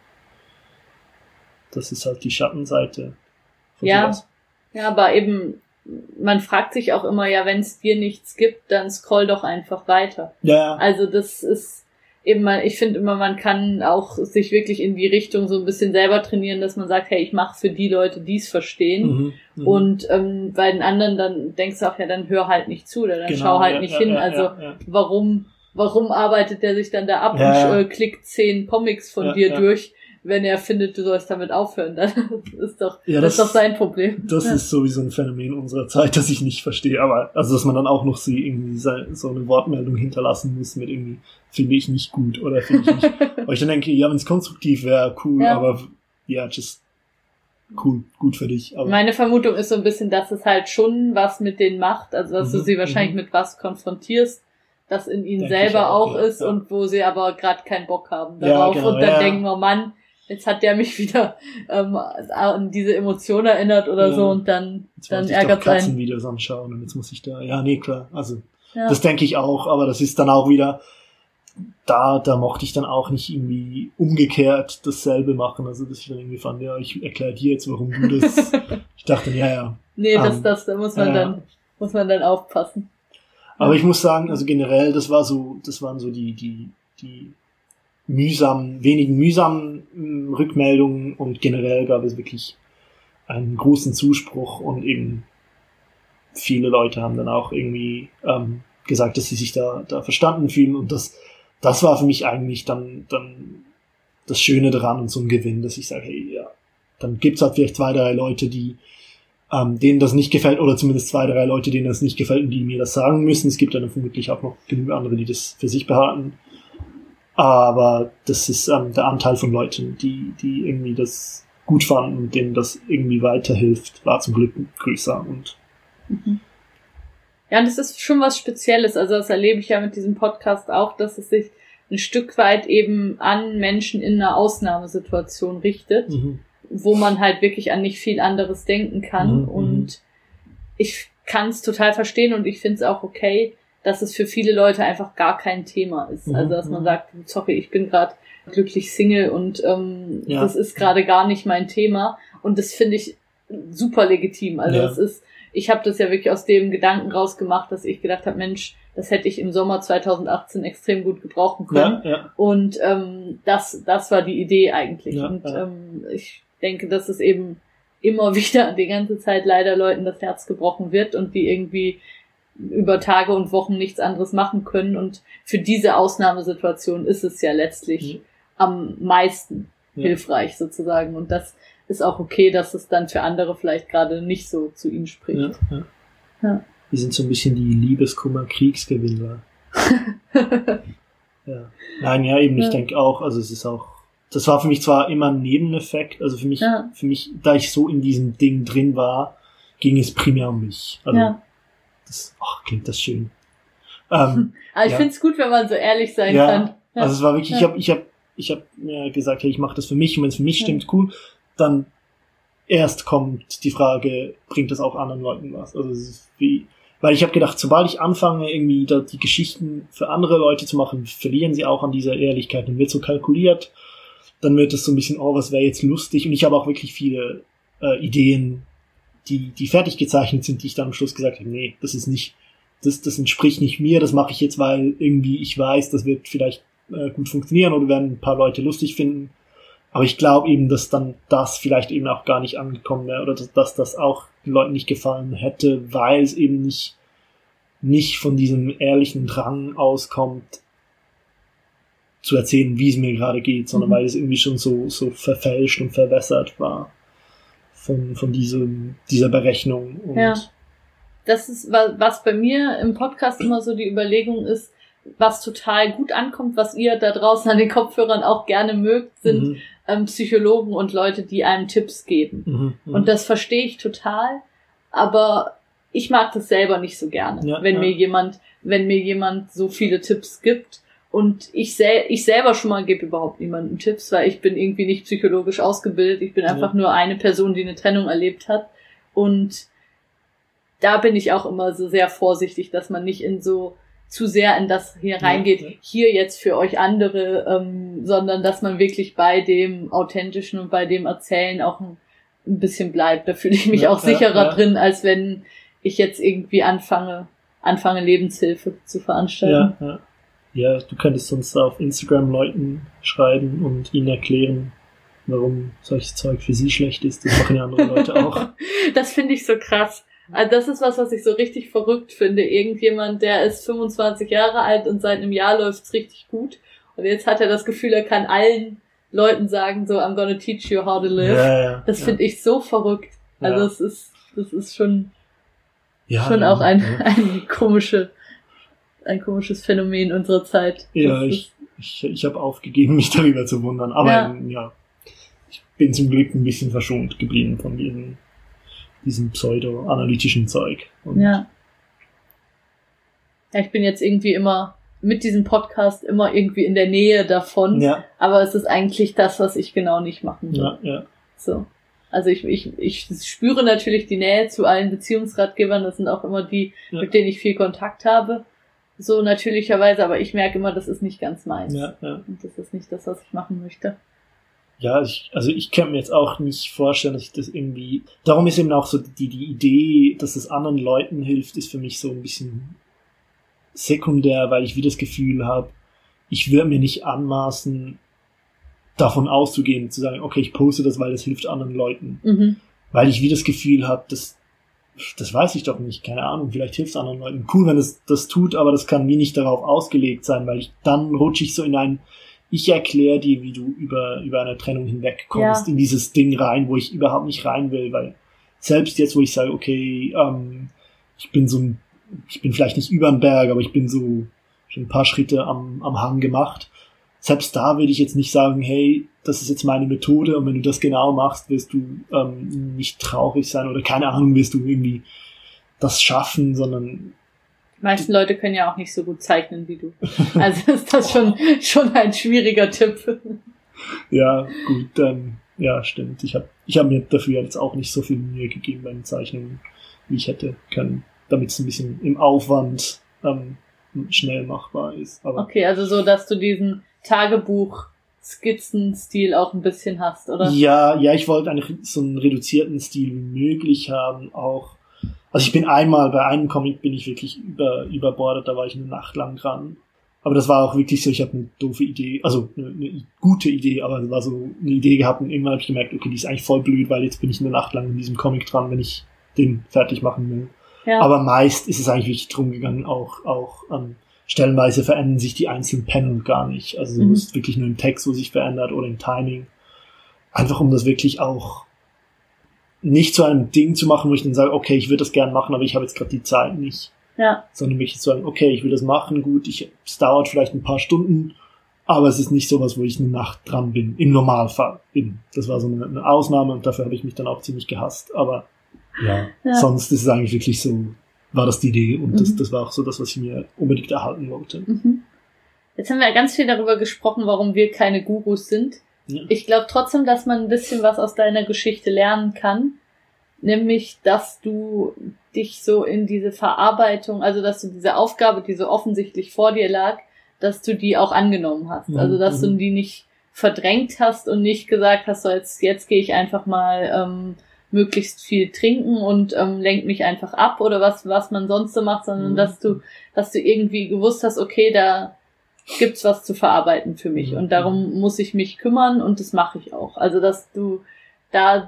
das ist halt die Schattenseite von Ja. sowas. Ja, aber eben, man fragt sich auch immer, ja, wenn es dir nichts gibt, dann scroll doch einfach weiter. Ja, Also das ist eben mal, ich finde immer, man kann auch sich wirklich in die Richtung so ein bisschen selber trainieren, dass man sagt, hey, ich mache für die Leute, die es verstehen. mhm, mhm. Und ähm, bei den anderen, dann denkst du auch, ja, dann hör halt nicht zu oder dann Genau, schau halt ja, nicht ja, hin. ja, Also ja, ja. warum warum arbeitet der sich dann da ab Ja, und ja. äh, klickt zehn Comics von Ja, dir ja. durch, wenn er findet, du sollst damit aufhören? Dann ist doch Ja, das, das- ist doch sein Problem. Das Ja. ist sowieso ein Phänomen unserer Zeit, das ich nicht verstehe. Aber also, dass man dann auch noch so irgendwie se- so eine Wortmeldung hinterlassen muss mit irgendwie, finde ich nicht gut oder finde ich nicht. Aber ich dann denke, ja, wenn es konstruktiv wäre, cool, Ja. aber ja, just cool, gut für dich. Aber Meine Vermutung ist so ein bisschen, dass es halt schon was mit denen macht, also dass du Mhm, sie wahrscheinlich mhm. mit was konfrontierst, das in ihnen Denke selber ich auch, auch ja, ist ja. und wo sie aber gerade keinen Bock haben Ja, darauf genau, und dann ja, ja. denken, oh Mann, jetzt hat der mich wieder ähm, an diese Emotion erinnert oder Ja. so und dann, Jetzt dann muss ich doch ärgert sein. Katzenvideos anschauen und jetzt muss ich da, ja, nee, klar, also, Ja. das denke ich auch, aber das ist dann auch wieder, da, da mochte ich dann auch nicht irgendwie umgekehrt dasselbe machen, also, dass ich dann irgendwie fand, ja, ich erkläre dir jetzt, warum du das, ich dachte, ja, ja. Nee, das, Ähm, das, da muss man ja. dann, muss man dann aufpassen. Aber ich muss sagen, also generell, das war so, das waren so die, die, die mühsamen, wenigen mühsamen mh, Rückmeldungen und generell gab es wirklich einen großen Zuspruch und eben viele Leute haben dann auch irgendwie ähm, gesagt, dass sie sich da, da verstanden fühlen und das, das war für mich eigentlich dann, dann das Schöne daran und so ein Gewinn, dass ich sage, hey, ja, dann gibt's halt vielleicht zwei, drei Leute, die ähm, denen das nicht gefällt oder zumindest zwei, drei Leute, denen das nicht gefällt und die mir das sagen müssen. Es gibt dann vermutlich auch noch genug andere, die das für sich behalten. Aber das ist ähm, der Anteil von Leuten, die, die irgendwie das gut fanden und denen das irgendwie weiterhilft, war zum Glück größer und Mhm. Ja, und das ist schon was Spezielles. Also das erlebe ich ja mit diesem Podcast auch, dass es sich ein Stück weit eben an Menschen in einer Ausnahmesituation richtet, mhm. wo man halt wirklich an nicht viel anderes denken kann. Mhm, und ich kann es total verstehen und ich finde es auch okay, dass es für viele Leute einfach gar kein Thema ist. Mhm, Also dass man mhm. sagt, sorry, ich bin gerade glücklich Single und ähm, Ja. das ist gerade gar nicht mein Thema. Und das finde ich super legitim. Also Ja. das ist, ich habe das ja wirklich aus dem Gedanken rausgemacht, dass ich gedacht habe, Mensch, das hätte ich im Sommer zwanzig achtzehn extrem gut gebrauchen können. Ja, ja. Und ähm, das, das war die Idee eigentlich. Ja, und ja. ähm, ich denke, dass es eben immer wieder die ganze Zeit leider Leuten das Herz gebrochen wird und die irgendwie über Tage und Wochen nichts anderes machen können. Und für diese Ausnahmesituation ist es ja letztlich Mhm. am meisten Ja. hilfreich sozusagen. Und das ist auch okay, dass es dann für andere vielleicht gerade nicht so zu ihnen spricht. Ja, ja. Ja. Wir sind so ein bisschen die Liebeskummer-Kriegsgewinner. Ja. Nein, ja, eben, ich Ja. denke auch, also es ist auch, das war für mich zwar immer ein Nebeneffekt, also für mich, Ja. für mich, da ich so in diesem Ding drin war, ging es primär um mich. Also, Ja. das, ach, klingt das schön. Ähm, Aber ich Ja. finde es gut, wenn man so ehrlich sein Ja, kann. Ja. also es war wirklich, ich Ja. habe ich hab, ich hab mir gesagt, hey, ich mache das für mich und wenn es für mich stimmt, cool, dann erst kommt die Frage, bringt das auch anderen Leuten was? Also es ist wie, weil ich habe gedacht, sobald ich anfange, irgendwie da die Geschichten für andere Leute zu machen, verlieren sie auch an dieser Ehrlichkeit und wird so kalkuliert, dann wird es so ein bisschen, oh, was wäre jetzt lustig? Und ich habe auch wirklich viele äh, Ideen, die die fertig gezeichnet sind, die ich dann am Schluss gesagt habe, nee, das ist nicht, das das entspricht nicht mir, das mache ich jetzt, weil irgendwie ich weiß, das wird vielleicht äh, gut funktionieren oder werden ein paar Leute lustig finden. Aber ich glaube eben, dass dann das vielleicht eben auch gar nicht angekommen wäre oder dass, dass das auch den Leuten nicht gefallen hätte, weil es eben nicht, nicht von diesem ehrlichen Drang auskommt, zu erzählen, wie es mir gerade geht, sondern Mhm. weil es irgendwie schon so, so verfälscht und verwässert war von, von diesem, dieser Berechnung. Und Ja. Das ist, wa- was bei mir im Podcast immer so die Überlegung ist, was total gut ankommt, was ihr da draußen an den Kopfhörern auch gerne mögt, sind Mhm, ähm, Psychologen und Leute, die einem Tipps geben. mhm, mhm. Und das verstehe ich total, aber ich mag das selber nicht so gerne, Ja, wenn ja. mir jemand, wenn mir jemand so viele Tipps gibt. Und ich sel ich selber schon mal gebe überhaupt niemandem Tipps, weil ich bin irgendwie nicht psychologisch ausgebildet. Ich bin einfach Ja. nur eine Person, die eine Trennung erlebt hat. Und da bin ich auch immer so sehr vorsichtig, dass man nicht in so zu sehr in das hier Ja, reingeht, ja. hier jetzt für euch andere, ähm, sondern dass man wirklich bei dem Authentischen und bei dem Erzählen auch ein, ein bisschen bleibt. Da fühle ich mich Ja, auch ja, sicherer ja. drin, als wenn ich jetzt irgendwie anfange, anfange Lebenshilfe zu veranstalten. Ja, ja. Ja, du könntest sonst auf Instagram Leuten schreiben und ihnen erklären, warum solches Zeug für sie schlecht ist. Das machen ja andere Leute auch. Das finde ich so krass. Also das ist was, was ich so richtig verrückt finde. Irgendjemand, der ist fünfundzwanzig Jahre alt und seit einem Jahr läuft's richtig gut. Und jetzt hat er das Gefühl, er kann allen Leuten sagen, so, I'm gonna teach you how to live. Ja, ja, Das ja. finde ich so verrückt. Also Ja. es ist, das ist schon, ja, schon ja, auch ein, ja. ein komische, ein komisches Phänomen unserer Zeit. Ja, Das ich, ich, ich habe aufgegeben, mich darüber zu wundern. Aber Ja. ja. ja, ich bin zum Glück ein bisschen verschont geblieben von diesem, diesem pseudo-analytischen Zeug. Und ist, ja. Ja, ich bin jetzt irgendwie immer mit diesem Podcast immer irgendwie in der Nähe davon. Ja. Aber es ist eigentlich das, was ich genau nicht machen will. Ja, ja. So. Also ich, ich, ich spüre natürlich die Nähe zu allen Beziehungsratgebern. Das sind auch immer die, ja. mit denen ich viel Kontakt habe. So natürlicherweise, aber ich merke immer, das ist nicht ganz meins. Ja, ja. Und das ist nicht das, was ich machen möchte. Ja, ich, also ich kann mir jetzt auch nicht vorstellen, dass ich das irgendwie... Darum ist eben auch so die, die Idee, dass es anderen Leuten hilft, ist für mich so ein bisschen sekundär, weil ich wieder das Gefühl habe, ich würde mir nicht anmaßen, davon auszugehen, zu sagen, okay, ich poste das, weil das hilft anderen Leuten. Mhm. Weil ich wieder das Gefühl habe, das, das weiß ich doch nicht, keine Ahnung, vielleicht hilft es anderen Leuten. Cool, wenn es das tut, aber das kann wie nicht darauf ausgelegt sein, weil ich dann rutsche ich so in ein, ich erkläre dir, wie du über, über eine Trennung hinwegkommst, ja. in dieses Ding rein, wo ich überhaupt nicht rein will, weil selbst jetzt, wo ich sage, okay, ähm, ich bin so ein, ich bin vielleicht nicht über den Berg, aber ich bin so schon ein paar Schritte am, am Hang gemacht. Selbst da würde ich jetzt nicht sagen, hey, das ist jetzt meine Methode und wenn du das genau machst, wirst du ähm, nicht traurig sein oder keine Ahnung, wirst du irgendwie das schaffen, sondern die meisten Leute können ja auch nicht so gut zeichnen wie du. Also ist das schon schon ein schwieriger Tipp. Ja, gut, ähm, ja, stimmt. Ich habe ich hab mir dafür jetzt auch nicht so viel Mühe gegeben bei den Zeichnungen, wie ich hätte können, damit es ein bisschen im Aufwand ähm, schnell machbar ist. Aber okay, also so, dass du diesen Tagebuch-Skizzen-Stil auch ein bisschen hast, oder? Ja, ja, ich wollte einen, so einen reduzierten Stil wie möglich haben, auch. Also ich bin einmal, bei einem Comic bin ich wirklich über, überbordet, da war ich eine Nacht lang dran. Aber das war auch wirklich so, ich habe eine doofe Idee, also eine, eine gute Idee, aber es war so eine Idee gehabt und irgendwann habe ich gemerkt, okay, die ist eigentlich voll blöd, weil jetzt bin ich eine Nacht lang in diesem Comic dran, wenn ich den fertig machen will. Ja. Aber meist ist es eigentlich wirklich drum gegangen, auch, auch, ähm, stellenweise verändern sich die einzelnen Panel gar nicht. Also mhm. es ist wirklich nur im Text, wo sich verändert oder im Timing. Einfach um das wirklich auch nicht zu einem Ding zu machen, wo ich dann sage, okay, ich würde das gern machen, aber ich habe jetzt gerade die Zeit nicht. Ja. Sondern wirklich zu sagen, okay, ich will das machen, gut, ich, es dauert vielleicht ein paar Stunden, aber es ist nicht sowas, wo ich eine Nacht dran bin. Im Normalfall. Eben. Das war so eine, eine Ausnahme und dafür habe ich mich dann auch ziemlich gehasst. Aber ja, ja. sonst ist es eigentlich wirklich so, war das die Idee und mhm. das, das war auch so das, was ich mir unbedingt erhalten wollte. Mhm. Jetzt haben wir ja ganz viel darüber gesprochen, warum wir keine Gurus sind. Ja. Ich glaube trotzdem, dass man ein bisschen was aus deiner Geschichte lernen kann. Nämlich, dass du dich so in diese Verarbeitung, also dass du diese Aufgabe, die so offensichtlich vor dir lag, dass du die auch angenommen hast. Mhm. Also dass du die nicht verdrängt hast und nicht gesagt hast, so jetzt, jetzt gehe ich einfach mal ähm, möglichst viel trinken und ähm, lenk mich einfach ab oder was was man sonst so macht, sondern mhm. dass du dass du irgendwie gewusst hast, okay, da gibt's was zu verarbeiten für mich mhm. und darum muss ich mich kümmern und das mache ich auch. Also dass du da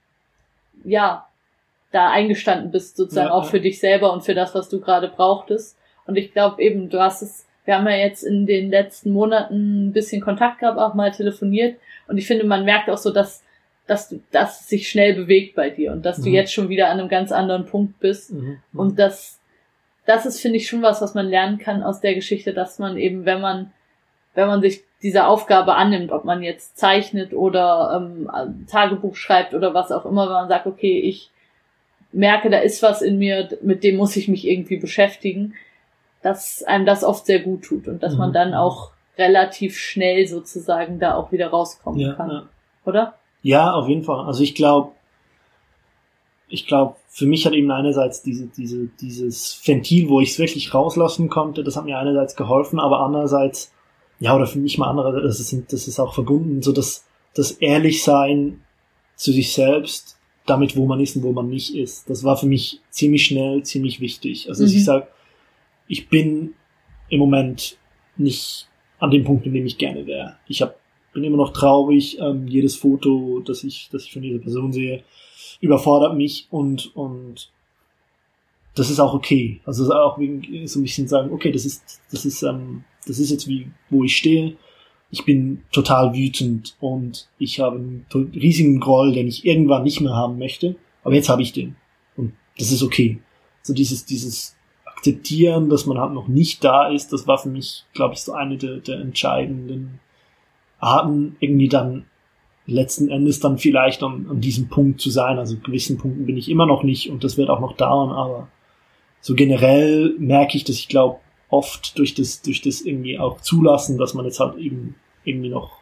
ja da eingestanden bist sozusagen ja, auch ja. für dich selber und für das, was du gerade brauchtest. Und ich glaube eben, du hast es, wir haben ja jetzt in den letzten Monaten ein bisschen Kontakt gehabt, auch mal telefoniert und ich finde, man merkt auch so, dass dass du, dass es sich schnell bewegt bei dir und dass mhm. du jetzt schon wieder an einem ganz anderen Punkt bist. Mhm. Und das, das ist, finde ich, schon was, was man lernen kann aus der Geschichte, dass man eben, wenn man, wenn man sich dieser Aufgabe annimmt, ob man jetzt zeichnet oder ähm, Tagebuch schreibt oder was auch immer, wenn man sagt, okay, ich merke, da ist was in mir, mit dem muss ich mich irgendwie beschäftigen, dass einem das oft sehr gut tut und dass mhm. man dann auch relativ schnell sozusagen da auch wieder rauskommen ja, kann. Ja. Oder? Ja, auf jeden Fall. Also ich glaube, ich glaube, für mich hat eben einerseits diese, diese, dieses Ventil, wo ich es wirklich rauslassen konnte, das hat mir einerseits geholfen, aber andererseits, ja, oder für mich mal andererseits, das ist, das ist auch verbunden, so dass das Ehrlichsein zu sich selbst, damit, wo man ist und wo man nicht ist, das war für mich ziemlich schnell, ziemlich wichtig. Also, mhm. dass ich sage, ich bin im Moment nicht an dem Punkt, in dem ich gerne wäre. Ich habe bin immer noch traurig, ähm, jedes Foto, das ich, das ich von dieser Person sehe, überfordert mich und, und das ist auch okay. Also ist auch wegen, so ein bisschen sagen, okay, das ist, das ist, ähm, das ist jetzt wie, wo ich stehe. Ich bin total wütend und ich habe einen riesigen Groll, den ich irgendwann nicht mehr haben möchte, aber jetzt habe ich den. Und das ist okay. So dieses, dieses Akzeptieren, dass man halt noch nicht da ist, das war für mich, glaube ich, so eine der, der entscheidenden Arten, irgendwie dann letzten Endes dann vielleicht an, an diesem Punkt zu sein. Also gewissen Punkten bin ich immer noch nicht und das wird auch noch dauern, aber so generell merke ich, dass ich glaube, oft durch das, durch das irgendwie auch zulassen, dass man jetzt halt eben irgendwie noch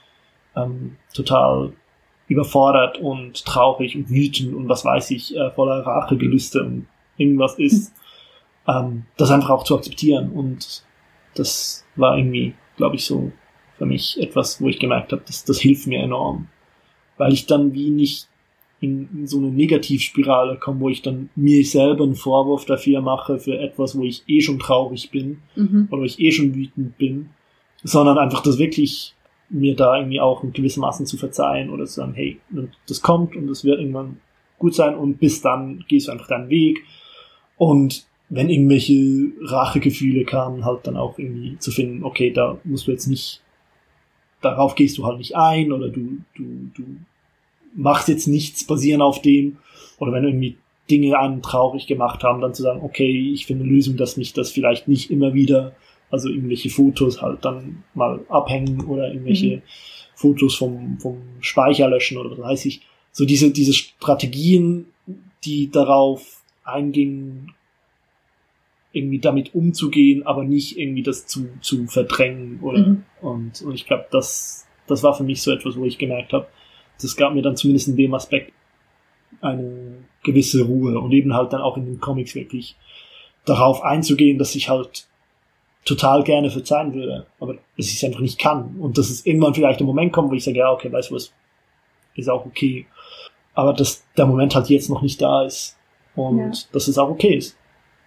ähm, total überfordert und traurig und wütend und was weiß ich, äh, voller Rachegelüste und irgendwas ist, ähm, das einfach auch zu akzeptieren. Und das war irgendwie, glaube ich, so für mich etwas, wo ich gemerkt habe, das, das hilft mir enorm. Weil ich dann wie nicht in, in so eine Negativspirale komme, wo ich dann mir selber einen Vorwurf dafür mache, für etwas, wo ich eh schon traurig bin, mhm. oder wo ich eh schon wütend bin, sondern einfach das wirklich mir da irgendwie auch in gewissermaßen zu verzeihen oder zu sagen, hey, das kommt und das wird irgendwann gut sein und bis dann gehst du einfach deinen Weg. Und wenn irgendwelche Rachegefühle kamen, halt dann auch irgendwie zu finden, okay, da musst du jetzt nicht, darauf gehst du halt nicht ein oder du, du, du machst jetzt nichts basierend auf dem, oder wenn irgendwie Dinge einen traurig gemacht haben, dann zu sagen, okay, ich finde eine Lösung, dass mich das vielleicht nicht immer wieder, also irgendwelche Fotos halt dann mal abhängen oder irgendwelche mhm. Fotos vom, vom Speicher löschen oder was weiß ich. So diese, diese Strategien, die darauf eingingen, irgendwie damit umzugehen, aber nicht irgendwie das zu, zu verdrängen oder, mhm. und, und ich glaube, das, das war für mich so etwas, wo ich gemerkt habe, das gab mir dann zumindest in dem Aspekt eine gewisse Ruhe und eben halt dann auch in den Comics wirklich darauf einzugehen, dass ich halt total gerne verzeihen würde, aber dass ich es einfach nicht kann und dass es irgendwann vielleicht ein Moment kommt, wo ich sage, ja, okay, weißt du was, ist auch okay, aber dass der Moment halt jetzt noch nicht da ist und ja. dass es auch okay ist.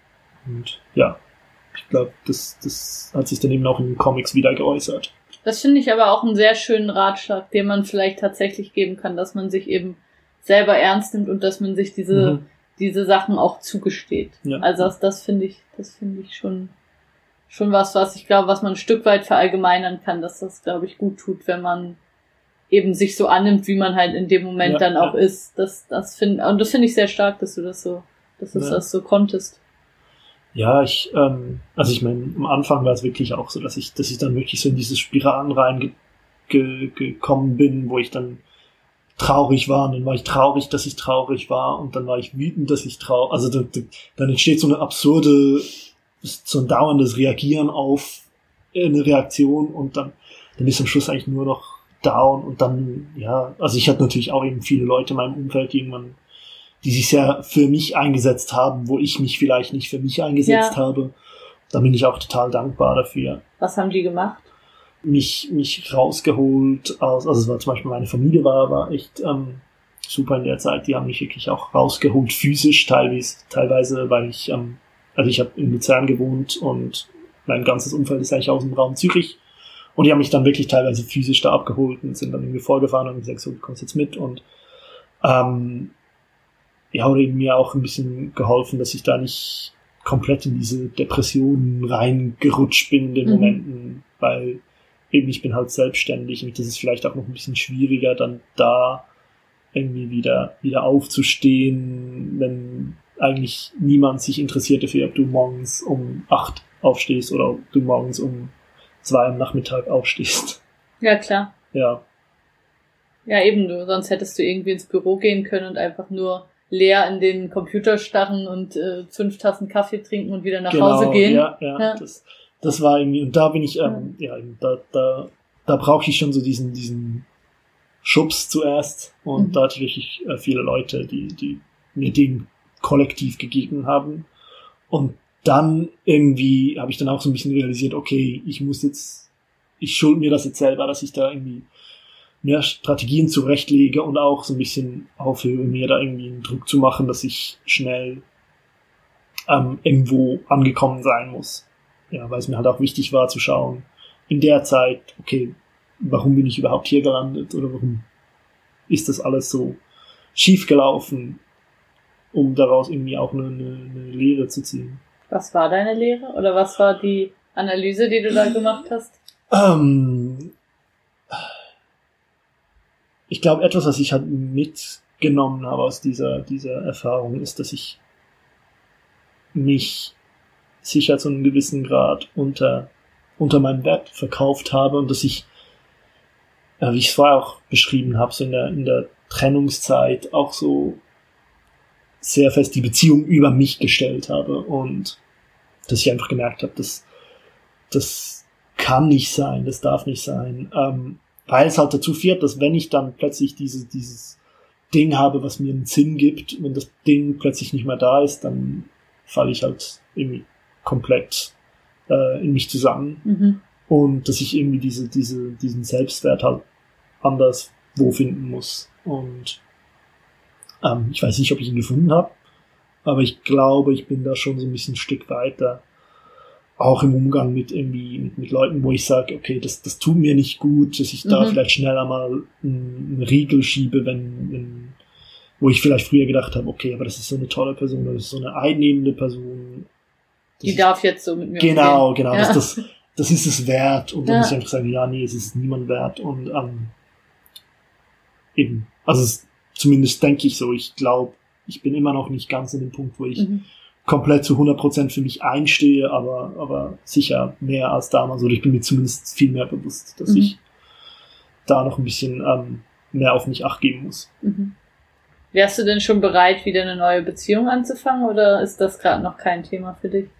Und ja, ich glaube, das, das hat sich dann eben auch in den Comics wieder geäußert. Das finde ich aber auch einen sehr schönen Ratschlag, den man vielleicht tatsächlich geben kann, dass man sich eben selber ernst nimmt und dass man sich diese, mhm. diese Sachen auch zugesteht. Ja. Also das, das finde ich, das finde ich schon schon was, was ich glaube, was man ein Stück weit verallgemeinern kann, dass das, glaube ich, gut tut, wenn man eben sich so annimmt, wie man halt in dem Moment ja, dann auch ja. ist. Das, das finde, und das finde ich sehr stark, dass du das so, dass du ja. das so konntest. Ja, ich, ähm, also ich meine, am Anfang war es wirklich auch so, dass ich, dass ich dann wirklich so in diese Spiralen rein ge- gekommen bin, wo ich dann traurig war und dann war ich traurig, dass ich traurig war und dann war ich wütend, dass ich traurig, also da, da, dann entsteht so eine absurde, so ein dauerndes Reagieren auf eine Reaktion und dann, dann ist am Schluss eigentlich nur noch down und dann, ja, also ich hatte natürlich auch eben viele Leute in meinem Umfeld irgendwann, die sich sehr für mich eingesetzt haben, wo ich mich vielleicht nicht für mich eingesetzt ja. habe. Da bin ich auch total dankbar dafür. Was haben die gemacht? Mich, mich rausgeholt aus, also es war zum Beispiel meine Familie war, war echt ähm, super in der Zeit. Die haben mich wirklich auch rausgeholt, physisch teilweise, teilweise, weil ich, ähm, also ich habe in Luzern gewohnt und mein ganzes Umfeld ist eigentlich aus dem Raum Zürich. Und die haben mich dann wirklich teilweise physisch da abgeholt und sind dann irgendwie vorgefahren und gesagt, so, du kommst jetzt mit. Und ähm, ja, oder eben mir auch ein bisschen geholfen, dass ich da nicht komplett in diese Depressionen reingerutscht bin in den mhm. Momenten, weil eben ich bin halt selbstständig und das ist vielleicht auch noch ein bisschen schwieriger, dann da irgendwie wieder, wieder aufzustehen, wenn eigentlich niemand sich interessiert dafür, ob du morgens um acht aufstehst oder ob du morgens um zwei am Nachmittag aufstehst. Ja, klar. Ja. Ja, eben, du, sonst hättest du irgendwie ins Büro gehen können und einfach nur leer in den Computer starren und äh, fünf Tassen Kaffee trinken und wieder nach genau, Hause gehen. Ja, ja, ja. Das, das war irgendwie, und da bin ich, ähm, ja, ja da, da, da brauche ich schon so diesen, diesen Schubs zuerst und mhm. da hatte ich wirklich äh, viele Leute, die, die mir den kollektiv gegeben haben und dann irgendwie habe ich dann auch so ein bisschen realisiert, okay, ich muss jetzt, ich schuld mir das jetzt selber, dass ich da irgendwie mehr Strategien zurechtlege und auch so ein bisschen aufhöre, mir da irgendwie einen Druck zu machen, dass ich schnell ähm, irgendwo angekommen sein muss. Ja, weil es mir halt auch wichtig war zu schauen, in der Zeit, okay, warum bin ich überhaupt hier gelandet oder warum ist das alles so schief gelaufen, um daraus irgendwie auch eine, eine, eine Lehre zu ziehen. Was war deine Lehre oder was war die Analyse, die du da gemacht hast? Ähm, ich glaube, etwas, was ich halt mitgenommen habe aus dieser, dieser Erfahrung, ist, dass ich mich sicher zu einem gewissen Grad unter, unter meinem Wert verkauft habe und dass ich, ja, wie ich es vorher auch beschrieben habe, so in der, in der Trennungszeit auch so sehr fest die Beziehung über mich gestellt habe und dass ich einfach gemerkt habe, dass das kann nicht sein, das darf nicht sein, ähm, weil es halt dazu führt, dass wenn ich dann plötzlich diese, dieses Ding habe, was mir einen Sinn gibt, wenn das Ding plötzlich nicht mehr da ist, dann falle ich halt irgendwie komplett äh, in mich zusammen. Mhm. Und dass ich irgendwie diese, diese, diesen Selbstwert halt anders wo finden muss. Und ähm, ich weiß nicht, ob ich ihn gefunden habe, aber ich glaube, ich bin da schon so ein bisschen ein Stück weiter. Auch im Umgang mit irgendwie mit, mit Leuten, wo ich sage, okay, das, das tut mir nicht gut, dass ich mhm. da vielleicht schneller mal einen, einen Riegel schiebe, wenn, wenn wo ich vielleicht früher gedacht habe, okay, aber das ist so eine tolle Person, das ist so eine einnehmende Person. Die darf jetzt so mit mir Genau, umgehen. genau, ja. das, das, das ist es wert. Und dann ja. muss ich einfach sagen, ja, nee, es ist niemand wert. Und ähm, eben, also es, zumindest denke ich so, ich glaube, ich bin immer noch nicht ganz an dem Punkt, wo ich mhm. komplett zu hundert Prozent für mich einstehe, aber, aber sicher mehr als damals. Oder ich bin mir zumindest viel mehr bewusst, dass mhm. ich da noch ein bisschen ähm, mehr auf mich Acht geben muss. Mhm. Wärst du denn schon bereit, wieder eine neue Beziehung anzufangen, oder ist das gerade noch kein Thema für dich?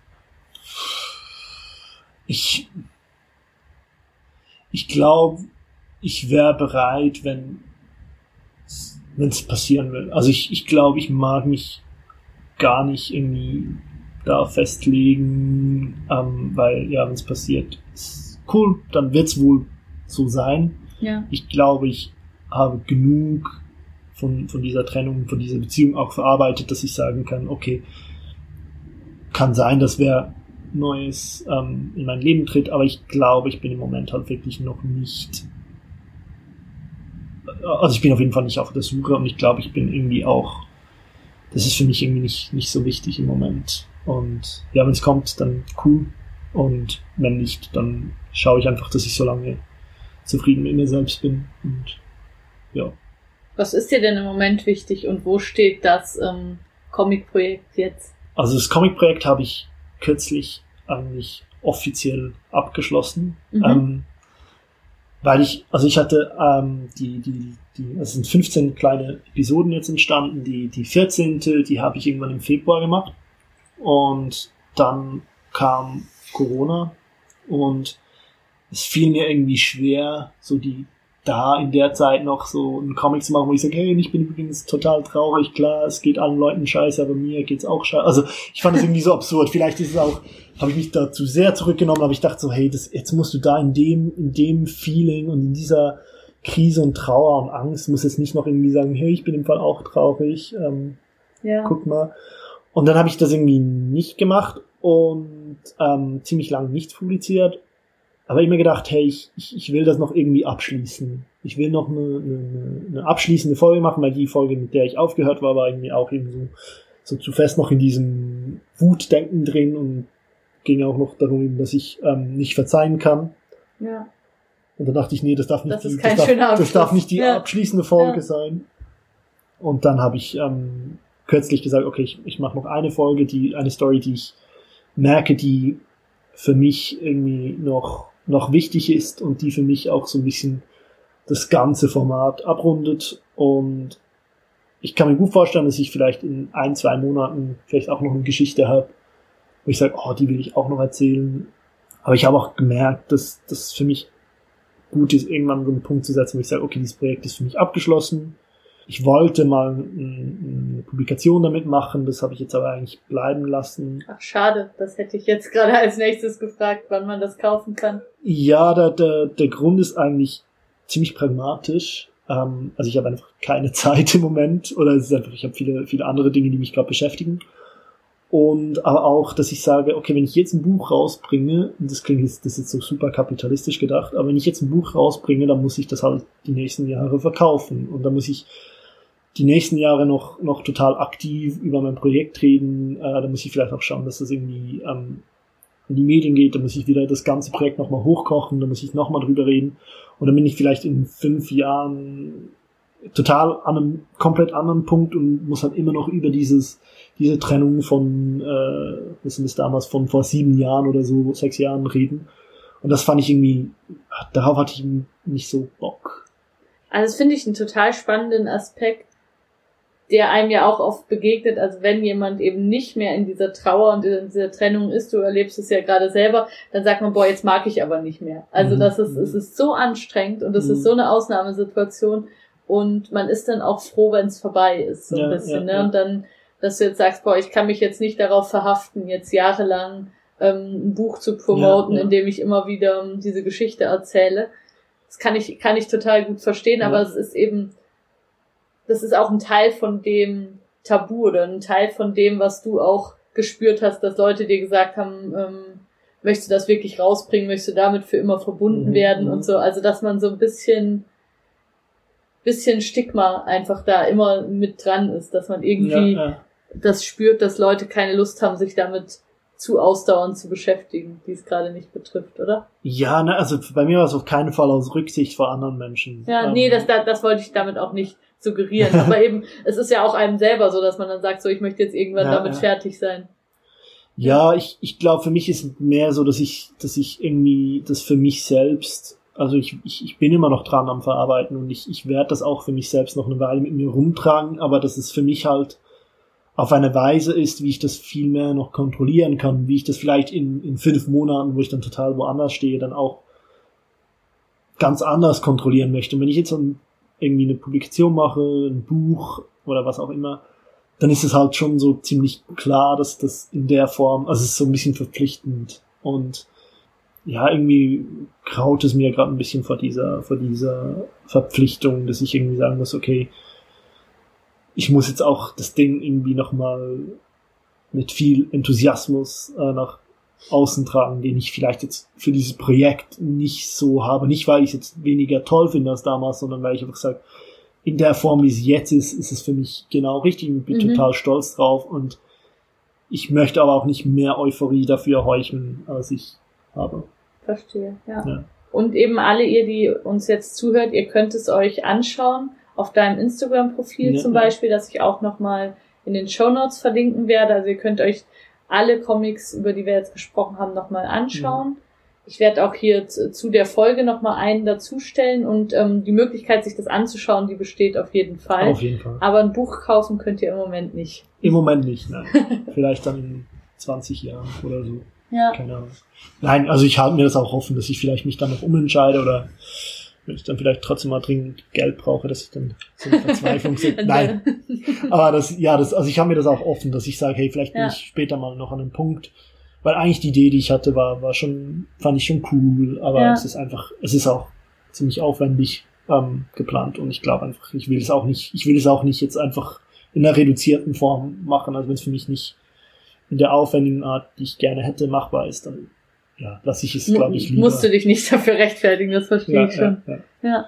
Ich, ich glaube, ich wäre bereit, wenn wenn es passieren will. Also ich, ich glaube, ich mag mich gar nicht irgendwie da festlegen, ähm, weil ja, wenn es passiert, ist cool, dann wird's wohl so sein. Ja. Ich glaube, ich habe genug von, von dieser Trennung, von dieser Beziehung auch verarbeitet, dass ich sagen kann, okay, kann sein, dass wer Neues ähm, in mein Leben tritt, aber ich glaube, ich bin im Moment halt wirklich noch nicht, also ich bin auf jeden Fall nicht auf der Suche und ich glaube, ich bin irgendwie auch, das ist für mich irgendwie nicht, nicht so wichtig im Moment. Und ja, wenn es kommt, dann cool. Und wenn nicht, dann schaue ich einfach, dass ich so lange zufrieden mit mir selbst bin. Und ja. Was ist dir denn im Moment wichtig und wo steht das ähm, Comic-Projekt jetzt? Also das Comic-Projekt habe ich kürzlich eigentlich offiziell abgeschlossen. Mhm. Ähm, weil ich, also ich hatte ähm, die, die, die, es sind fünfzehn kleine Episoden jetzt entstanden. Die, die vierzehnte, die habe ich irgendwann im Februar gemacht. Und dann kam Corona und es fiel mir irgendwie schwer, so die da in der Zeit noch so einen Comic zu machen, wo ich sage, hey, ich bin übrigens total traurig, klar, es geht allen Leuten scheiße, aber mir geht's auch scheiße. Also ich fand das irgendwie so absurd. Vielleicht ist es auch, habe ich mich da zu sehr zurückgenommen, aber ich dachte so, hey, das, jetzt musst du da in dem, in dem Feeling und in dieser Krise und Trauer und Angst, muss jetzt nicht noch irgendwie sagen, hey, ich bin im Fall auch traurig, ähm, ja. Guck mal. Und dann habe ich das irgendwie nicht gemacht und ähm, ziemlich lange nicht publiziert. Aber immer gedacht, hey, ich, ich, ich will das noch irgendwie abschließen. Ich will noch eine, eine, eine abschließende Folge machen, weil die Folge, mit der ich aufgehört war, war irgendwie auch eben so, so zu fest noch in diesem Wutdenken drin und ging auch noch darum, dass ich ähm, nicht verzeihen kann. Ja. Und dann dachte ich, nee, das darf nicht, das die, ist kein das schöner darf, das darf nicht die ja. abschließende Folge ja. sein. Und dann habe ich ähm, kürzlich gesagt, okay, ich, ich mache noch eine Folge, die eine Story, die ich merke, die für mich irgendwie noch noch wichtig ist und die für mich auch so ein bisschen das ganze Format abrundet. Und ich kann mir gut vorstellen, dass ich vielleicht in ein, zwei Monaten vielleicht auch noch eine Geschichte habe, wo ich sage, oh, die will ich auch noch erzählen. Aber ich habe auch gemerkt, dass das für mich gut ist, irgendwann so einen Punkt zu setzen, wo ich sage, okay, dieses Projekt ist für mich abgeschlossen. Ich wollte mal eine Publikation damit machen, das habe ich jetzt aber eigentlich bleiben lassen. Ach, schade, das hätte ich jetzt gerade als nächstes gefragt, wann man das kaufen kann. Ja, der, der, der Grund ist eigentlich ziemlich pragmatisch. Ähm, also ich habe einfach keine Zeit im Moment, oder es ist einfach, ich habe viele, viele andere Dinge, die mich gerade beschäftigen. Und aber auch, dass ich sage, okay, wenn ich jetzt ein Buch rausbringe, und das klingt jetzt, das ist jetzt so super kapitalistisch gedacht, aber wenn ich jetzt ein Buch rausbringe, dann muss ich das halt die nächsten Jahre verkaufen. Und dann muss ich die nächsten Jahre noch noch total aktiv über mein Projekt reden. Äh, da muss ich vielleicht auch schauen, dass das irgendwie ähm, in die Medien geht. Da muss ich wieder das ganze Projekt nochmal hochkochen. Da muss ich nochmal drüber reden. Und dann bin ich vielleicht in fünf Jahren total an einem komplett anderen Punkt und muss halt immer noch über dieses diese Trennung von, äh, was sind das damals, von vor sieben Jahren oder so, sechs Jahren reden. Und das fand ich irgendwie, darauf hatte ich nicht so Bock. Also das finde ich einen total spannenden Aspekt, der einem ja auch oft begegnet, also wenn jemand eben nicht mehr in dieser Trauer und in dieser Trennung ist, du erlebst es ja gerade selber, dann sagt man, boah, jetzt mag ich aber nicht mehr. Also Mhm. das ist, es ist so anstrengend und es Mhm. ist so eine Ausnahmesituation und man ist dann auch froh, wenn es vorbei ist, so ein Ja, bisschen, ja, ne? ja. Und dann, dass du jetzt sagst, boah, ich kann mich jetzt nicht darauf verhaften, jetzt jahrelang ähm, ein Buch zu promoten, Ja, ja. in dem ich immer wieder ähm, diese Geschichte erzähle. Das kann ich, kann ich total gut verstehen, Ja. aber es ist eben, das ist auch ein Teil von dem Tabu oder ein Teil von dem, was du auch gespürt hast, dass Leute dir gesagt haben, ähm, möchtest du das wirklich rausbringen, möchtest du damit für immer verbunden Mhm, werden mhm. und so. Also, dass man so ein bisschen, bisschen Stigma einfach da immer mit dran ist, dass man irgendwie Ja, ja. das spürt, dass Leute keine Lust haben, sich damit zu ausdauernd zu beschäftigen, die es gerade nicht betrifft, oder? Ja, ne, also bei mir war es auf keinen Fall aus Rücksicht vor anderen Menschen. Ja, Ähm, nee, das, das, das wollte ich damit auch nicht suggerieren. Aber eben, es ist ja auch einem selber so, dass man dann sagt, so, ich möchte jetzt irgendwann Ja, damit ja. fertig sein. Ja, ich, ich glaube, für mich ist mehr so, dass ich, dass ich irgendwie das für mich selbst, also ich, ich, ich bin immer noch dran am Verarbeiten und ich, ich werde das auch für mich selbst noch eine Weile mit mir rumtragen, aber dass es für mich halt auf eine Weise ist, wie ich das viel mehr noch kontrollieren kann, wie ich das vielleicht in, in fünf Monaten, wo ich dann total woanders stehe, dann auch ganz anders kontrollieren möchte. Und wenn ich jetzt so ein, irgendwie eine Publikation mache, ein Buch oder was auch immer, dann ist es halt schon so ziemlich klar, dass das in der Form, also es ist so ein bisschen verpflichtend und ja, irgendwie kraut es mir gerade ein bisschen vor dieser, vor dieser Verpflichtung, dass ich irgendwie sagen muss, okay, ich muss jetzt auch das Ding irgendwie nochmal mit viel Enthusiasmus äh, nach außen tragen, den ich vielleicht jetzt für dieses Projekt nicht so habe. Nicht, weil ich es jetzt weniger toll finde als damals, sondern weil ich einfach sage, in der Form, wie es jetzt ist, ist es für mich genau richtig. Ich bin Mhm. total stolz drauf und ich möchte aber auch nicht mehr Euphorie dafür heucheln, als ich habe. Verstehe, ja. Ja. Und eben alle ihr, die uns jetzt zuhört, ihr könnt es euch anschauen auf deinem Instagram-Profil Ja, zum ja. Beispiel, das ich auch nochmal in den Shownotes verlinken werde. Also ihr könnt euch alle Comics, über die wir jetzt gesprochen haben, nochmal anschauen. Ich werde auch hier zu, zu der Folge nochmal einen dazustellen und ähm, die Möglichkeit, sich das anzuschauen, die besteht auf jeden Fall. Auf jeden Fall. Aber ein Buch kaufen könnt ihr im Moment nicht. Im Moment nicht, nein. Vielleicht dann in zwanzig Jahren oder so. Ja. Keine Ahnung. Nein, also ich halte mir das auch offen, dass ich vielleicht mich dann noch umentscheide oder wenn ich dann vielleicht trotzdem mal dringend Geld brauche, dass ich dann so eine Verzweiflung sehe. Nein. Aber das, ja, das, also ich habe mir das auch offen, dass ich sage, hey, vielleicht bin Ja. ich später mal noch an einem Punkt, weil eigentlich die Idee, die ich hatte, war, war schon, fand ich schon cool, aber Ja. es ist einfach, es ist auch ziemlich aufwendig ähm, geplant und ich glaube einfach, ich will es auch nicht, ich will es auch nicht jetzt einfach in einer reduzierten Form machen, also wenn es für mich nicht in der aufwendigen Art, die ich gerne hätte, machbar ist, dann ja, lasse ich es, glaube ich, lieber. Musst du dich nicht dafür rechtfertigen, das verstehe ja, ich schon. Ja, ja. Ja.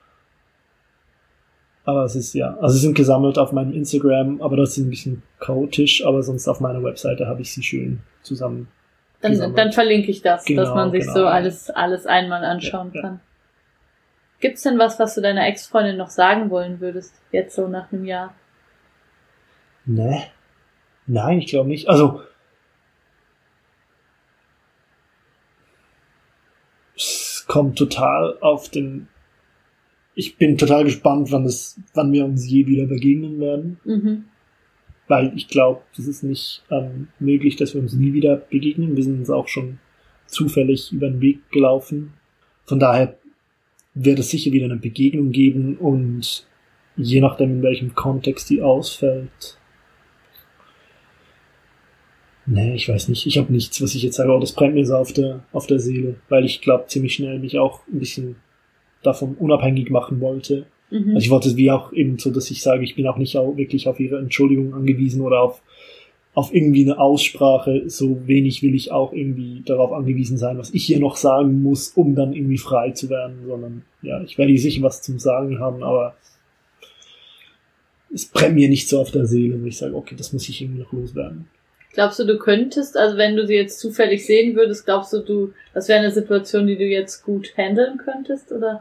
Aber es ist ja, also sie sind gesammelt auf meinem Instagram, aber das ist ein bisschen chaotisch, aber sonst auf meiner Webseite habe ich sie schön zusammen Dann, gesammelt. dann verlinke ich das, Genau, dass man sich genau. so alles, alles einmal anschauen Ja, ja. kann. Gibt's denn was, was du deiner Ex-Freundin noch sagen wollen würdest, jetzt so nach einem Jahr? Ne? Nein, ich glaube nicht. Also, es kommt total auf den, ich bin total gespannt, wann es, wann wir uns je wieder begegnen werden, Mhm. weil ich glaube, es ist nicht ähm, möglich, dass wir uns nie wieder begegnen. Wir sind uns auch schon zufällig über den Weg gelaufen. Von daher wird es sicher wieder eine Begegnung geben und je nachdem, in welchem Kontext die ausfällt. Nee, ich weiß nicht. Ich habe nichts, was ich jetzt sage, oh, das brennt mir so auf der, auf der Seele, weil ich glaube, ziemlich schnell mich auch ein bisschen davon unabhängig machen wollte. Mhm. Also ich wollte es wie auch eben so, dass ich sage, ich bin auch nicht auch wirklich auf ihre Entschuldigung angewiesen oder auf, auf irgendwie eine Aussprache. So wenig will ich auch irgendwie darauf angewiesen sein, was ich ihr noch sagen muss, um dann irgendwie frei zu werden, sondern ja, ich werde ihr sicher was zum Sagen haben, aber es brennt mir nicht so auf der Seele, wo ich sage, okay, das muss ich irgendwie noch loswerden. Glaubst du, du könntest, also wenn du sie jetzt zufällig sehen würdest, glaubst du, du, das wäre eine Situation, die du jetzt gut handeln könntest, oder?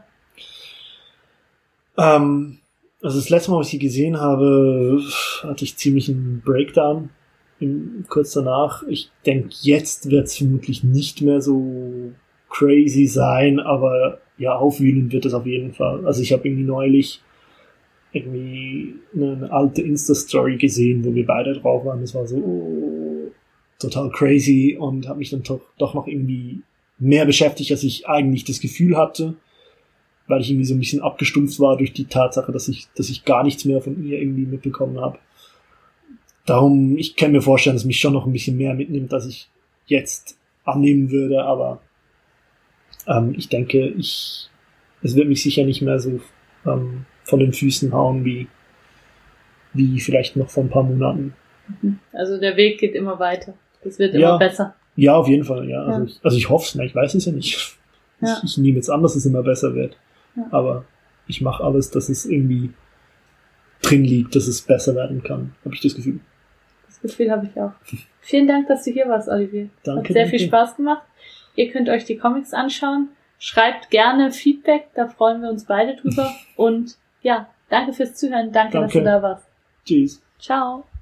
Ähm, also das letzte Mal, was ich sie gesehen habe, hatte ich ziemlich einen Breakdown im, kurz danach. Ich denke, jetzt wird es vermutlich nicht mehr so crazy sein, aber ja, aufwühlend wird es auf jeden Fall. Also ich habe irgendwie neulich irgendwie eine, eine alte Insta-Story gesehen, wo wir beide drauf waren. Das war so oh, total crazy und habe mich dann doch, doch noch irgendwie mehr beschäftigt, als ich eigentlich das Gefühl hatte, weil ich irgendwie so ein bisschen abgestumpft war durch die Tatsache, dass ich, dass ich gar nichts mehr von ihr irgendwie mitbekommen habe. Darum, ich kann mir vorstellen, dass mich schon noch ein bisschen mehr mitnimmt, als ich jetzt annehmen würde, aber ähm, ich denke, ich, es wird mich sicher nicht mehr so ähm, von den Füßen hauen wie, wie vielleicht noch vor ein paar Monaten. Also der Weg geht immer weiter. Das wird ja, immer besser. Ja, auf jeden Fall, ja. ja. Also, ich, also ich hoffe es, ne? Ich weiß es ja nicht. Ja. Ich, ich nehme jetzt an, dass es immer besser wird. Ja. Aber ich mache alles, dass es irgendwie drin liegt, dass es besser werden kann. Habe ich das Gefühl. Das Gefühl habe ich auch. Vielen Dank, dass du hier warst, Olivier. Danke. Hat sehr danke. viel Spaß gemacht. Ihr könnt euch die Comics anschauen. Schreibt gerne Feedback, da freuen wir uns beide drüber. Und ja, danke fürs Zuhören. Danke, Danke. dass du da warst. Tschüss. Ciao.